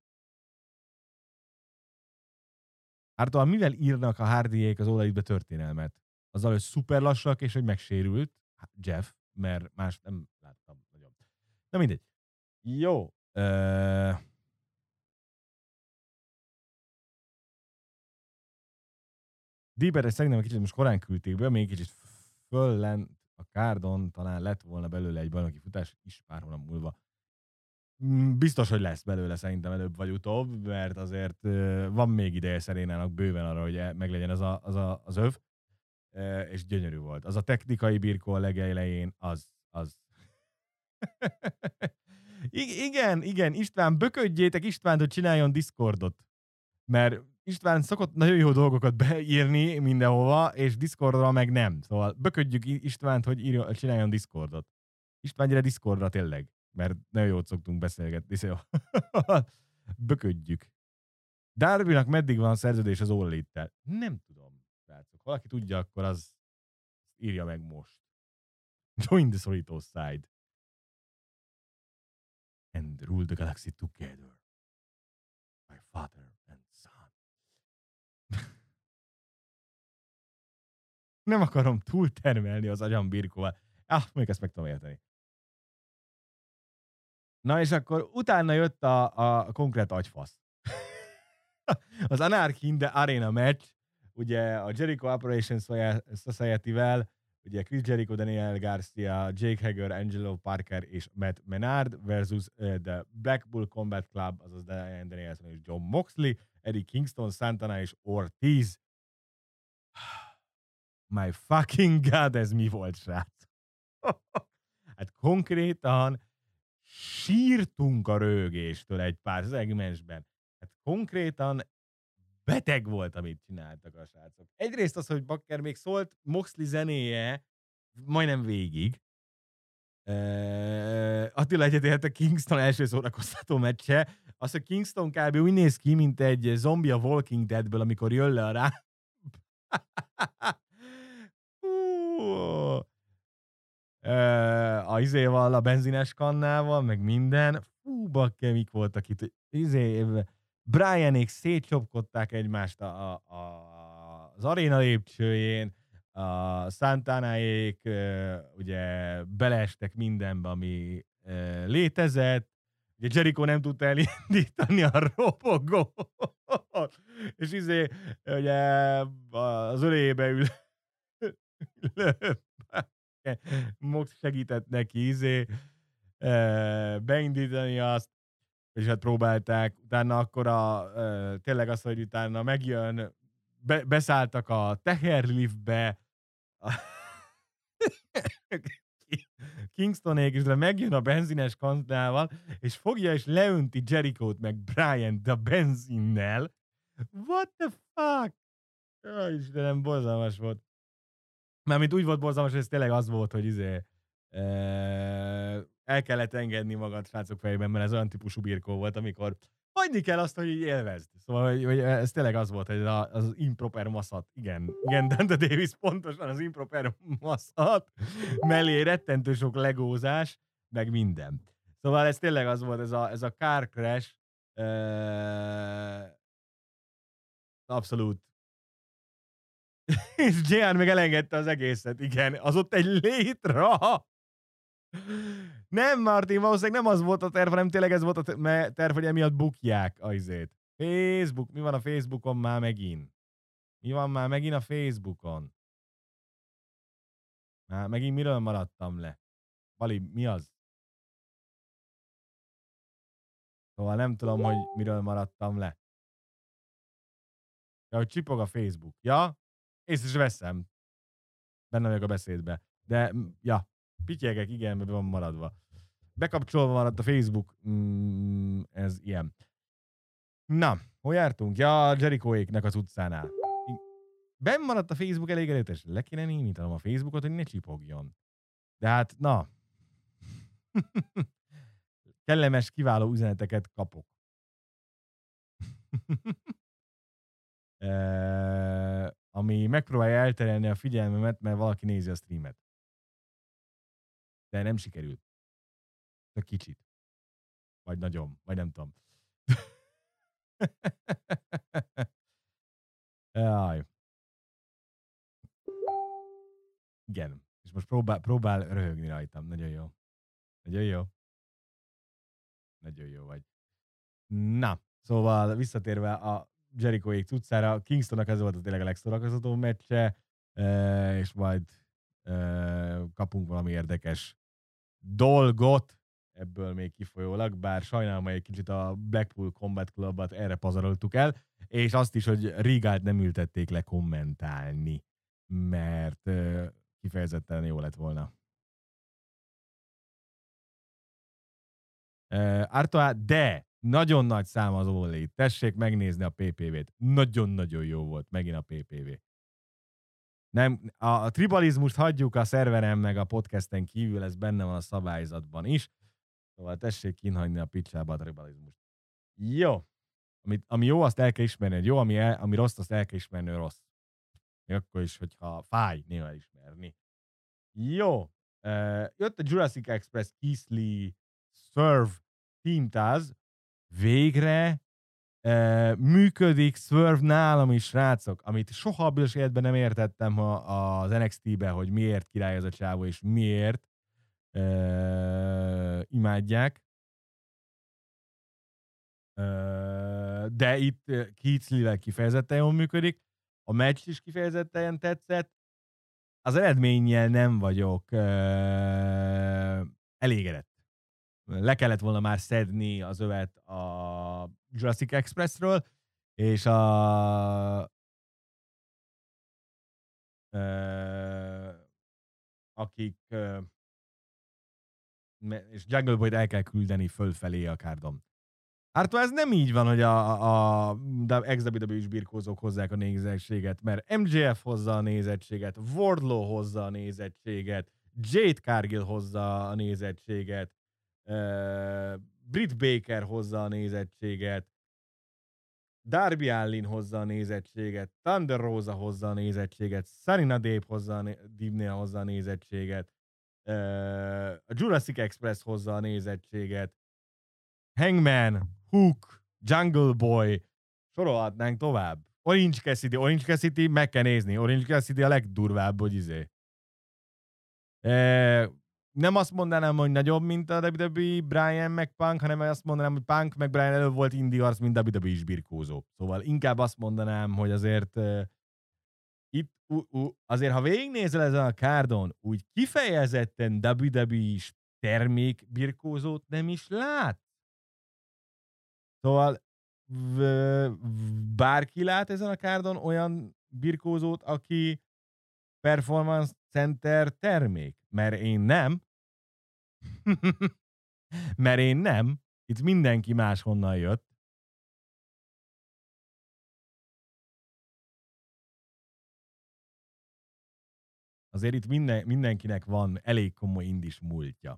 Ártóan mivel írnak a Hardyék az All Elite-be történelmet? Azzal, hogy szuper lassak, és hogy megsérült Jeff, mert más nem láttam nagyon. Na mindegy. Jó. Uh... Deeper szerintem egy kicsit most korán küldték be, még kicsit föllent a kárdon, talán lett volna belőle egy bajnoki futás is pár hónap múlva. Biztos, hogy lesz belőle szerintem előbb vagy utóbb, mert azért van még ideje Serenának bőven arra, hogy meglegyen az a, az, a, az öv, és gyönyörű volt. Az a technikai birkó a legelején, az, az. I- igen, igen, István, böködjétek Istvánt, hogy csináljon Discordot. Mert István szokott nagyon jó dolgokat beírni mindenhova, és Discordra meg nem. Szóval böködjük Istvánt, hogy írjon, csináljon Discordot. István, gyere Discordra tényleg, mert nagyon jót szoktunk beszélgetni. Szóval böködjük. Darbynak meddig van szerződés az All Elite-tel? Nem tudom. Látszik. Valaki tudja, akkor az írja meg most. Join the Solito side. And rule the galaxy together. My father and son. Nem akarom túltermelni az agyam birkóval. Ah, még ezt meg tudom érteni. Na és akkor utána jött a, a konkrét agyfasz. Az Anarchy in the Arena match, ugye a Jericho Operation Society-vel, ugye Chris Jericho, Daniel Garcia, Jake Hager, Angelo Parker és Matt Menard versus uh, the Black Bull Combat Club, azaz Diane Danielson és John Moxley, Eddie Kingston, Santana és Ortiz. My fucking god, ez mi volt, srác? Hát konkrétan sírtunk a rögéstől egy pár szegmensben. Hát konkrétan beteg volt, amit csináltak a srácok. Egyrészt az, hogy Bakker még szólt Moxley zenéje majdnem végig. Uh, Attila egyetért a Kingston első szórakoztató meccse. Az, hogy Kingston kb. Úgy néz ki, mint egy zombi a Walking Deadből, amikor jön le a rá. a izéval, a benzines kannával, meg minden. Fú, bakke, mik voltak itt. Izé, Brianék szétcsopkodták egymást a, a, a, az aréna lépcsőjén, a Santanáék ugye beleestek mindenbe, ami létezett. Ugye Jericho nem tudta elindítani a robogót, és izé, ugye az ölébe ül Mox segített neki izé beindítani azt, és hát próbálták, utána akkor a, tényleg az, hogy utána megjön, be, beszálltak a teherliftbe, Kingstonék, és de megjön a benzines kannával, és fogja és leönti Jericho-t meg Brian a benzinnel. What the fuck? Ó, Istenem, borzalmas volt. Mármint úgy volt borzalmas, hogy ez tényleg az volt, hogy izé, el kellett engedni magad srácok fejében, mert ez olyan típusú birkó volt, amikor hagyni kell azt, hogy így élvezd. Szóval, hogy, hogy ez tényleg az volt, hogy az, az improper maszat, igen, igen, Dante Davis pontosan az improper maszat, mellé rettentő sok legózás, meg minden. Szóval ez tényleg az volt, ez a, ez a car crash, uh, abszolút. És jé er meg elengedte az egészet, igen, az ott egy létra. Nem, Martin, valószínűleg nem az volt a terv, hanem tényleg ez volt a terv, hogy emiatt bukják a izét. Facebook, mi van a Facebookon már megint? Mi van már megint a Facebookon? Már megint miről maradtam le? Bali, mi az? Szóval nem tudom, hogy miről maradtam le. Ja, hogy csipog a Facebook. Ja, észre is veszem. Benne vagyok a beszédbe. De, ja, pityegek, igen, be van maradva. Bekapcsolva maradt a Facebook, mm, ez ilyen. Na, hol jártunk? Ja, Jerichoéknek az utcánál. Benn maradt a Facebook elégedétes. Le kéne némítanom a Facebookot, hogy ne csipogjon. De hát, na. Kellemes, kiváló üzeneteket kapok. e, ami megpróbálja elterelni a figyelmemet, mert valaki nézi a streamet. De nem sikerült. Csak kicsit. Vagy nagyon, vagy nem tudom. Jaj. Igen. És most próbál, próbál röhögni rajtam. Nagyon jó. Nagyon jó. Nagyon jó vagy. Na, szóval visszatérve a Jerichoék cuccára, Kingstonnak ez volt a tényleg a legszórakoztatóbb meccse, és majd kapunk valami érdekes dolgot ebből még kifolyólag, bár sajnálom, hogy egy kicsit a Blackpool Combat Clubot erre pazaroltuk el, és azt is, hogy Rigát nem ültették le kommentálni, mert kifejezetten jó lett volna. Uh, Artois, de nagyon nagy szám az Olé. Tessék megnézni a pé pé vét. Nagyon-nagyon jó volt megint a pé pé vé. Nem, a, a tribalizmust hagyjuk a szerveren meg a podcasten kívül, ez benne van a szabályzatban is. Szóval tessék kínhagyni a picsába a tribalizmust. Jó. Ami, ami jó, azt el kell ismerni, hogy jó, ami, el, ami rossz, azt el kell ismerni, hogy rossz. Még akkor is, hogyha fáj, néha elismerni. Jó. Uh, jött a Jurassic Express Keithley Swerve Team Taz. Végre uh, működik Swerve nálam is, srácok, amit soha a büdös életben nem értettem a, az en iksz té-be, hogy miért király ez a csávó, és miért uh, imádják. Uh, de itt Keithley-vel kifejezetten jól működik. A meccs is kifejezetten tetszett. Az eredménnyel nem vagyok uh, elégedett. Le kellett volna már szedni az övet a Jurassic Expressről, és a uh, akik uh, és Jungle Boy-t el kell küldeni fölfelé a kárdon. Hát ez nem így van, hogy a, a ex dupla vé dupla vé-s birkózók hozzák a nézettséget, mert em jé ef hozza a nézettséget, Wardlow hozza a nézettséget, Jade Cargill hozza a nézettséget, uh, Britt Baker hozza a nézettséget, Darby Allin hozza a nézettséget, Thunder Rosa hozza a nézettséget, Serena Deeb hozza a, né- hozza a nézettséget, A Jurassic Express hozza a nézettséget. Hangman, Hook, Jungle Boy, sorolhatnánk tovább. Orange Cassidy, Orange Cassidy, meg kell nézni. Orange Cassidy a legdurvább, hogy izé. E, nem azt mondanám, hogy nagyobb, mint a dupla vé dupla vé Brian meg Punk, hanem azt mondanám, hogy Punk meg Brian előbb volt indie arc, mint dupla vé dupla vé is birkózó. Szóval inkább azt mondanám, hogy azért uh, itt, uh, uh, azért ha végignézel ezen a kárdon, úgy kifejezetten dupla vé dupla vé is termék birkózót nem is lát. Szóval bárki lát ezen a kárdon olyan birkózót, aki Performance Center termék? Mert én nem. Mert én nem. Itt mindenki máshonnan jött. Azért itt minden, mindenkinek van elég komoly indis múltja.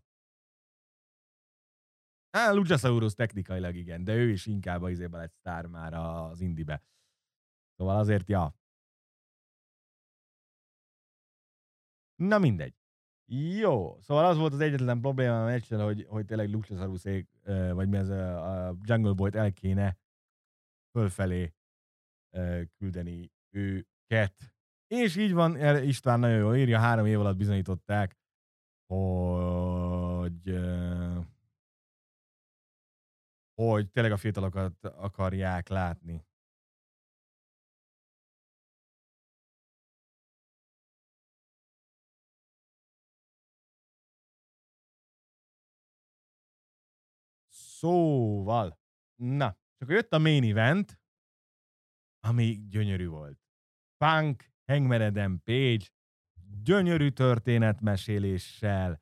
Á, Luchasaurus technikailag igen, de ő is inkább az izében lett sztár már az indibe. Szóval azért, ja. Na mindegy. Jó, szóval az volt az egyetlen probléma a meccsen, hogy, hogy tényleg Luchasaurus-ék, vagy mi ez a Jungle Boy-t el kéne fölfelé küldeni őket. És így van, István nagyon jól írja, három év alatt bizonyították, hogy hogy tényleg a fiatalokat akarják látni. Szóval, na, és akkor jött a main event, ami gyönyörű volt. Punk, Hangman Adam Page, gyönyörű történetmeséléssel,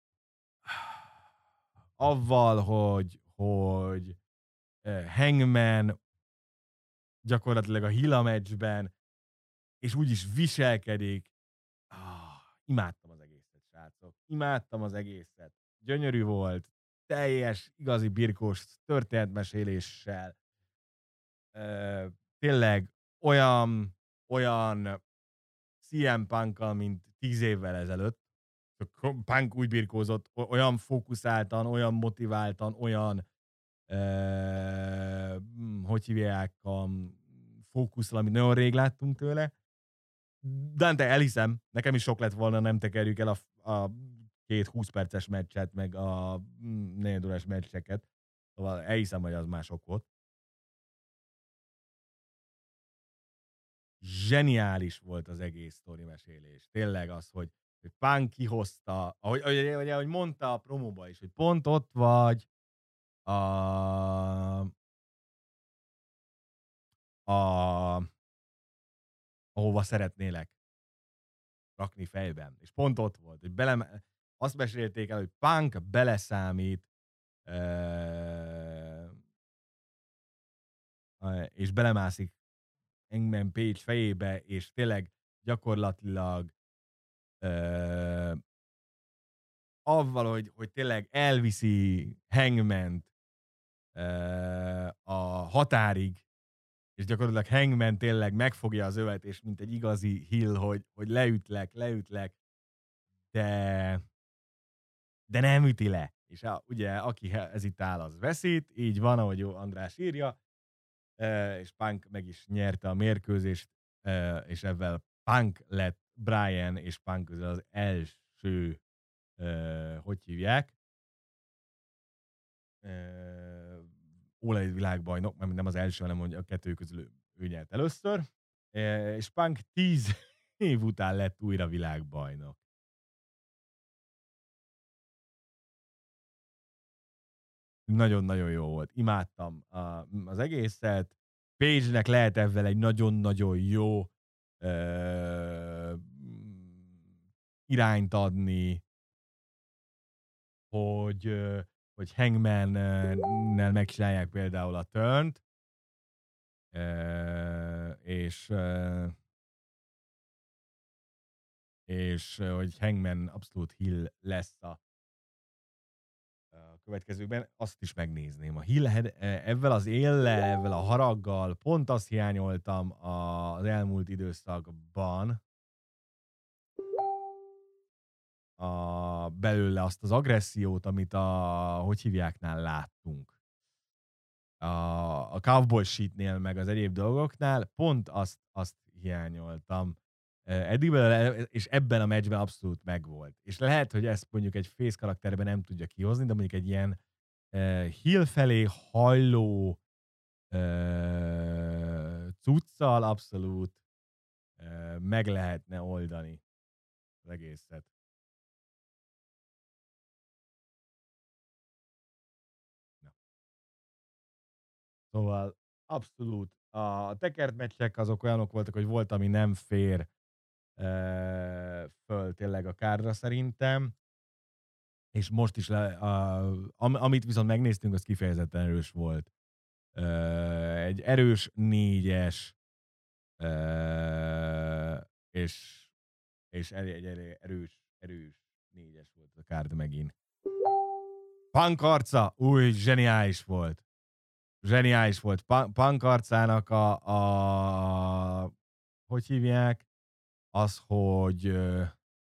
avval, hogy, hogy Hangman gyakorlatilag a Hila meccsben, és úgy is viselkedik. Ah, imádtam az egészet, srácok. Imádtam az egészet. Gyönyörű volt, teljes, igazi birkós történetmeséléssel. Uh, tényleg olyan, olyan cé em Punkkal, mint tíz évvel ezelőtt. Punk úgy birkózott, olyan fókuszáltan, olyan motiváltan, olyan uh, hogy hívják a fókuszal, amit nagyon rég láttunk tőle. Dante, elhiszem, nekem is sok lett volna, nem tekerjük el a, a két húsz perces meccset, meg a négy órás meccseket. Szóval elhiszem, hogy az már sok volt. Zseniális volt az egész sztorimesélés. Tényleg az, hogy, hogy Punk kihozta, ahogy, ahogy, ahogy mondta a promóba is, hogy pont ott vagy a, a ahova szeretnélek rakni fejben. És pont ott volt, hogy bele, azt mesélték el, hogy Punk beleszámít uh, és belemászik Hangman Page fejébe, és tényleg gyakorlatilag uh, avval, hogy, hogy tényleg elviszi Hangment uh, a határig, és gyakorlatilag Hangman tényleg megfogja az övet, és mint egy igazi hill, hogy, hogy leütlek, leütlek, de de nem üti le. És a, ugye, aki ez itt áll, az veszít, így van, ahogy András írja, és Punk meg is nyerte a mérkőzést, és ebben Punk lett Brian és Punk közül az első, hogy hívják, All Elite világbajnok, mert nem az első, hanem hogy a kettő közül ő nyert először, és Punk tíz év után lett újra világbajnok. Nagyon-nagyon jó volt. Imádtam a, az egészet. Page-nek lehet ebben egy nagyon-nagyon jó uh, irányt adni, hogy, uh, hogy Hangman-nel megcsinálják például a turnt, uh, és uh, és uh, hogy Hangman abszolút heel lesz a következőkben, azt is megnézném. A Hillhead ezzel az éllel, ezzel a haraggal, pont azt hiányoltam az elmúlt időszakban, a, belőle azt az agressziót, amit a, hogy hívjáknál láttunk. A, a Cowboy Sheetnél, meg az egyéb dolgoknál, pont azt, azt hiányoltam. Eddie, és ebben a meccsben abszolút megvolt. És lehet, hogy ezt mondjuk egy face karakterben nem tudja kihozni, de mondjuk egy ilyen uh, heel felé hajló uh, cuccal abszolút uh, meg lehetne oldani az egészet. Na. Szóval abszolút a tekert meccsek azok olyanok voltak, hogy volt, ami nem fér uh, föl tényleg a kárra szerintem. És most is, le, a, am, amit viszont megnéztünk, az kifejezetten erős volt. Uh, egy erős négyes, uh, és, és egy, egy erős, erős négyes volt a kárd megint. Punk arca, új, zseniális volt. Zseniális volt. Punk arcának a, a, hogy hívják? Az, hogy uh,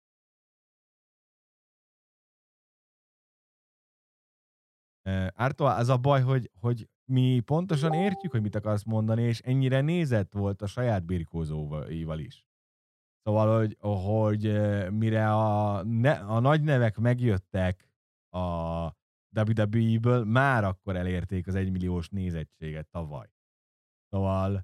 uh, Ártó, az a baj, hogy, hogy mi pontosan értjük, hogy mit akarsz mondani, és ennyire nézett volt a saját birkózóival is. Szóval, hogy, hogy mire a, ne, a nagy nevek megjöttek a dupla vé dupla vé é-ből, már akkor elérték az egymilliós nézettséget tavaly. Szóval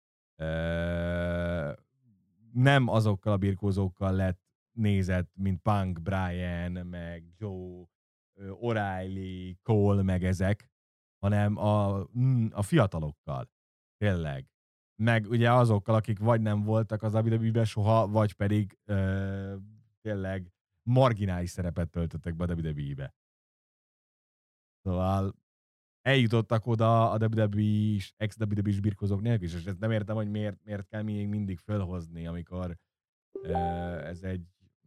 euh, nem azokkal a birkózókkal lett nézett, mint Punk, Brian, meg Joe, O'Reilly, Cole, meg ezek, hanem a, a fiatalokkal. Tényleg. Meg ugye azokkal, akik vagy nem voltak az dupla vé dupla vé-ben soha, vagy pedig ö, tényleg marginális szerepet töltöttek be a dupla vé dupla vé-be. Szóval eljutottak oda a dupla vé dupla vé-s, ex-dupla vé dupla vé-s birkózók nélkül is, és ezt nem értem, hogy miért, miért kell még mindig fölhozni, amikor ö, ez egy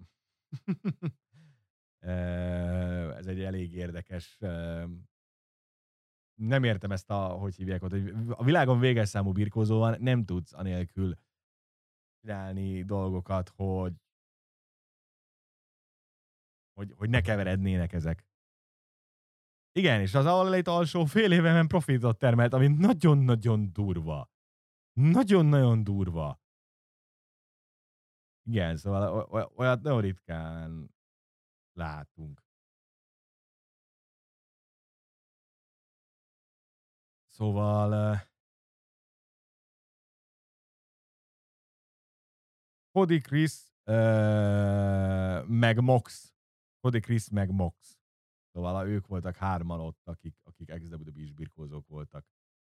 ez egy elég érdekes. Nem értem ezt a, hogy hívják ott, hogy a világon véges számú birkózó van, nem tudsz anélkül csinálni dolgokat, hogy, hogy, hogy ne keverednének ezek. Igen, és az All Elite alsó fél évemen profitot termelt, ami nagyon-nagyon durva. Nagyon-nagyon durva. Igen, szóval olyat nagyon ritkán látunk. Szóval uh, Cody Chris uh, meg Mox. Cody Chris meg Mox. Szóval ők voltak hárman ott, akik, akik ex-dupla vé dupla vé-s birkózók voltak.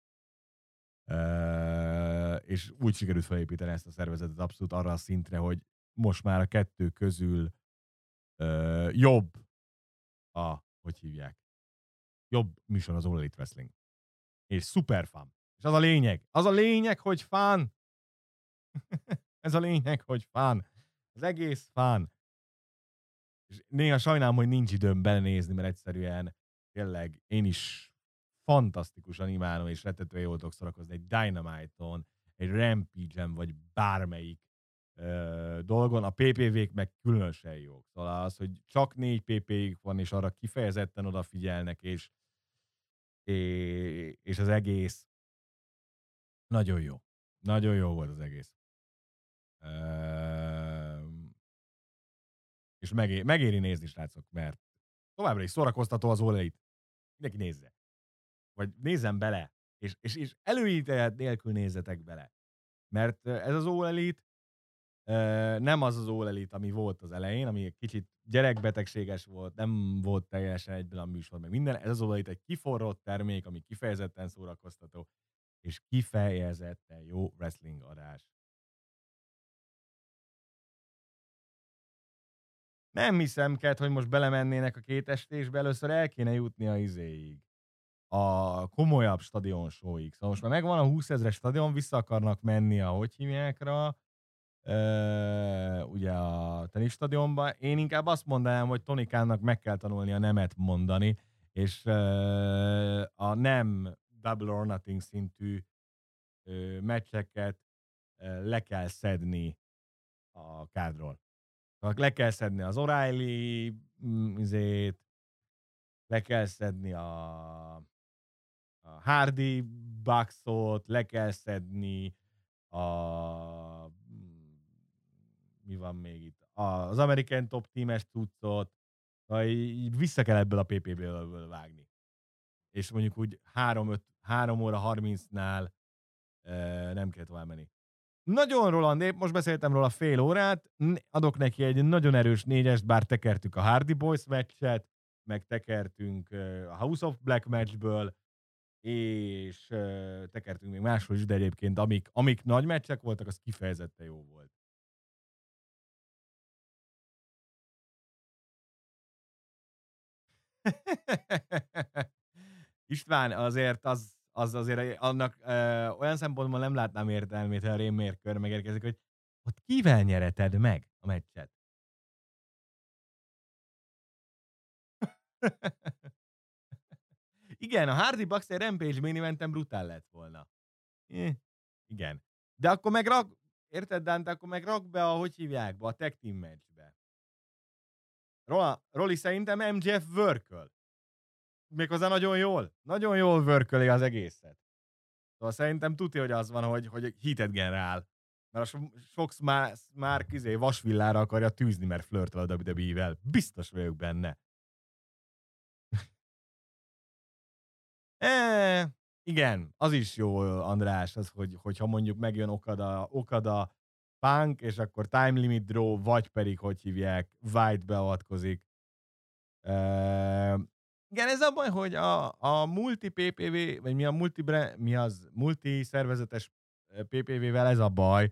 Uh, és úgy sikerült felépíteni ezt a szervezetet abszolút arra a szintre, hogy most már a kettő közül uh, jobb a, hogy hívják, jobb műsor az All Elite Wrestling. És szuper fun. És az a lényeg. Az a lényeg, hogy fun. Ez a lényeg, hogy fun. Az egész fun. És néha sajnálom, hogy nincs időm belenézni, mert egyszerűen tényleg én is fantasztikusan imádom, és rettetően jól tudok szórakozni egy Dynamite-on, egy Rampage-en, vagy bármelyik ö, dolgon. A pé pé vé-k meg különösen jók. Szóval az, hogy csak négy pé pé-jük van, és arra kifejezetten odafigyelnek, és, és az egész nagyon jó. Nagyon jó volt az egész. Ö, és megéri, megéri nézni, srácok, mert továbbra is szórakoztató az All Elite. Mindenki nézze. Vagy nézzen bele, és, és, és előítélet nélkül nézzetek bele. Mert ez az All Elite nem az az All Elite, ami volt az elején, ami egy kicsit gyerekbetegséges volt, nem volt teljesen egyben a műsor, meg minden. Ez az All Elite egy kiforrott termék, ami kifejezetten szórakoztató, és kifejezetten jó wrestling adás. Nem hiszem kell, hogy most belemennének a két estésbe, először el kéne jutni a izéig. A komolyabb stadion show-ig. Szóval most már megvan a húszezres stadion, vissza akarnak menni a hogy hívjákra, Uh, ugye a teniszstadionban. Én inkább azt mondanám, hogy Tonikának meg kell tanulni a nemet mondani, és uh, a nem double or nothing szintű uh, meccseket uh, le kell szedni a kádról. Le kell szedni az O'Reilly izét, le kell szedni a, a Hardy Bucksot, le kell szedni a mi van még itt? Az American Top Team-es cuccot, így vissza kell ebből a pé pé bé-ből vágni. És mondjuk úgy három óra harmincnál nem kell tovább menni. Nagyon Roland, épp most beszéltem róla fél órát, adok neki egy nagyon erős négyest, bár tekertük a Hardy Boys meccset, meg tekertünk a House of Black matchből, és tekertünk még máshol is, de egyébként amik, amik nagy meccsek voltak, az kifejezetten jó volt. István, azért az, az azért annak ö, olyan szempontból nem látnám értelmét, ha a Rémmérkör megérkezik, hogy ott kivel nyereted meg a meccset? Igen, a Hardy Bucks egy Rampage main eventem brutál lett volna. Eh, igen. De akkor meg rak, érted, Dante, akkor meg rak be a, hogy hívják be, a tag team matchbe. Rola, Roli szerintem em jé ef worköl. Méghozzá nagyon jól. Nagyon jól worköli az egészet. Szóval szerintem tudja, hogy az van, hogy, hogy hitet generál. Mert a Fox már, már kizé vasvillára akarja tűzni, mert flörtöl a dupla vé dupla vé-vel. Biztos vagyok benne. e, igen, az is jó, András, az, hogy, hogyha mondjuk megjön Okada, Okada Punk, és akkor time limit draw, vagy pedig, hogy hívják, White beavatkozik. E, igen, ez a baj, hogy a, a multi pé pé vé, vagy mi a multi, mi az multi szervezetes pé pé vé-vel ez a baj.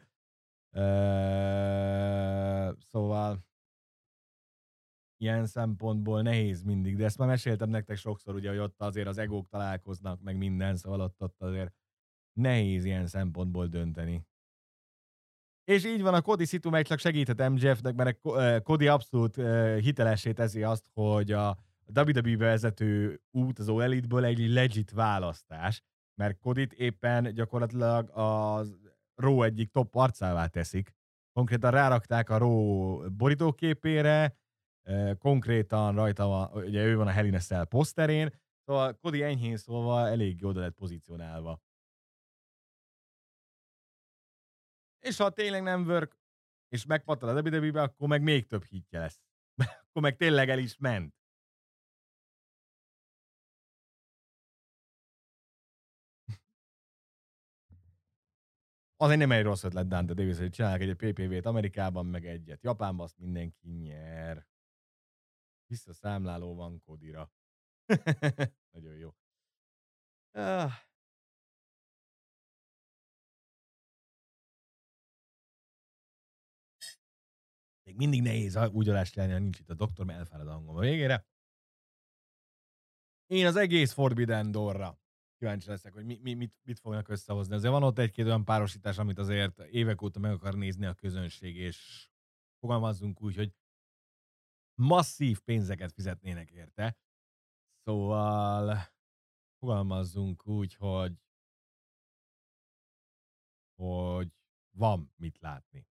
Uh, szóval ilyen szempontból nehéz mindig, de ezt már meséltem nektek sokszor, ugye, hogy ott azért az egók találkoznak, meg minden, szóval ott, ott azért nehéz ilyen szempontból dönteni. És így van, a Cody szitu meg csak segíthet em jé ef-nek, mert a Cody abszolút hitelessé teszi azt, hogy a dupla vé dupla vé vezető út az All Elite-ből egy legit választás, mert Codyt éppen gyakorlatilag a Raw egyik top arcává teszik. Konkrétan rárakták a Raw borítóképére, konkrétan rajta van, ugye ő van a Hell in a Cell poszterén, szóval Cody enyhén szólva elég oda lett pozícionálva. És ha tényleg nem work, és megpattan a dupla vé dupla vé-be, akkor meg még több hitje lesz. Akkor meg tényleg el is ment. Az egy nem egy rossz ötlet, Dante Davis, hogy csinálják egy pé pé vé-t Amerikában, meg egyet Japánban, azt mindenki nyer. Visszaszámláló van Codyra. Nagyon jó. Ah. Még mindig nehéz úgy alást lenni, ha nincs itt a doktor, mert elfárad a hangom a végére. Én az egész Forbidden Door-ra kíváncsi leszek, hogy mi, mi, mit, mit fognak összehozni. Azért van ott egy-két olyan párosítás, amit azért évek óta meg akar nézni a közönség, és fogalmazzunk úgy, hogy masszív pénzeket fizetnének érte. Szóval fogalmazzunk úgy, hogy hogy van mit látni.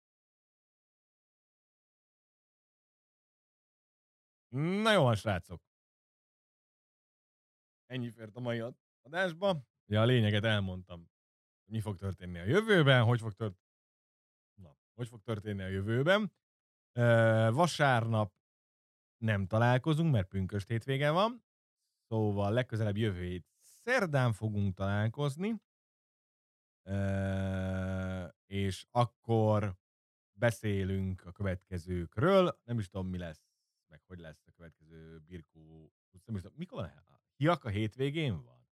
Na jó, srácok. Ennyi fért a mai adásba. Ja, a lényeget elmondtam. Mi fog történni a jövőben, hogy fog történni, Na, hogy fog történni a jövőben. Uh, vasárnap nem találkozunk, mert pünkösd hétvége van. Szóval legközelebb jövő hét szerdán fogunk találkozni. Uh, és akkor beszélünk a következőkről. Nem is tudom, mi lesz, meg hogy lesz a következő birkó. Nem is tudom, mikor van? Hiak a hétvégén van?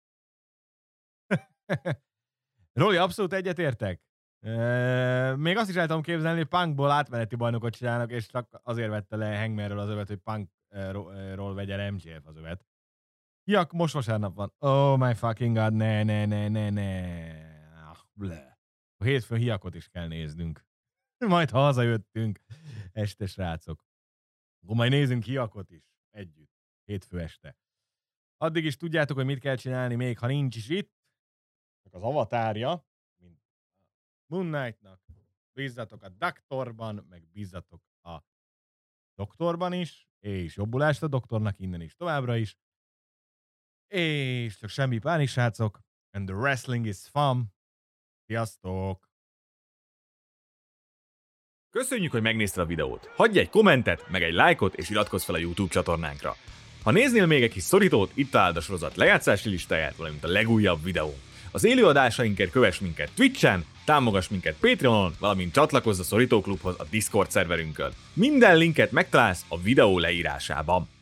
Roli, abszolút egyetértek. E, még azt is el tudom képzelni, hogy Punkból átmeneti bajnokot csinálnak, és csak azért vette le Hangmanről az övet, hogy Punkról vegye el em jé ef az övet. Hiak, most vasárnap van. Oh my fucking god, ne, ne, ne, ne, ne. Ah, a hétfőn Hiakot is kell néznünk. Majd ha hazajöttünk, este srácok. Akkor majd nézzünk Hiakot is együtt, hétfő este. Addig is tudjátok, hogy mit kell csinálni, még ha nincs is itt, az avatárja, mint Moon Knight-nak, bízzatok a Doktorban, meg bízzatok a doktorban is, és jobbulást a doktornak innen is továbbra is. És csak semmi pánik, srácok. And the wrestling is fun. Sziasztok! Köszönjük, hogy megnézted a videót. Hagyj egy kommentet, meg egy lájkot, és iratkozz fel a YouTube csatornánkra. Ha néznél még egy kis szorítót, itt találd a sorozat lejátszási listáját, valamint a legújabb videónk. Az élőadásainkért kövess minket Twitchen, támogass minket Patreonon, valamint csatlakozz a Szorítóklubhoz a Discord szerverünkön. Minden linket megtalálsz a videó leírásában.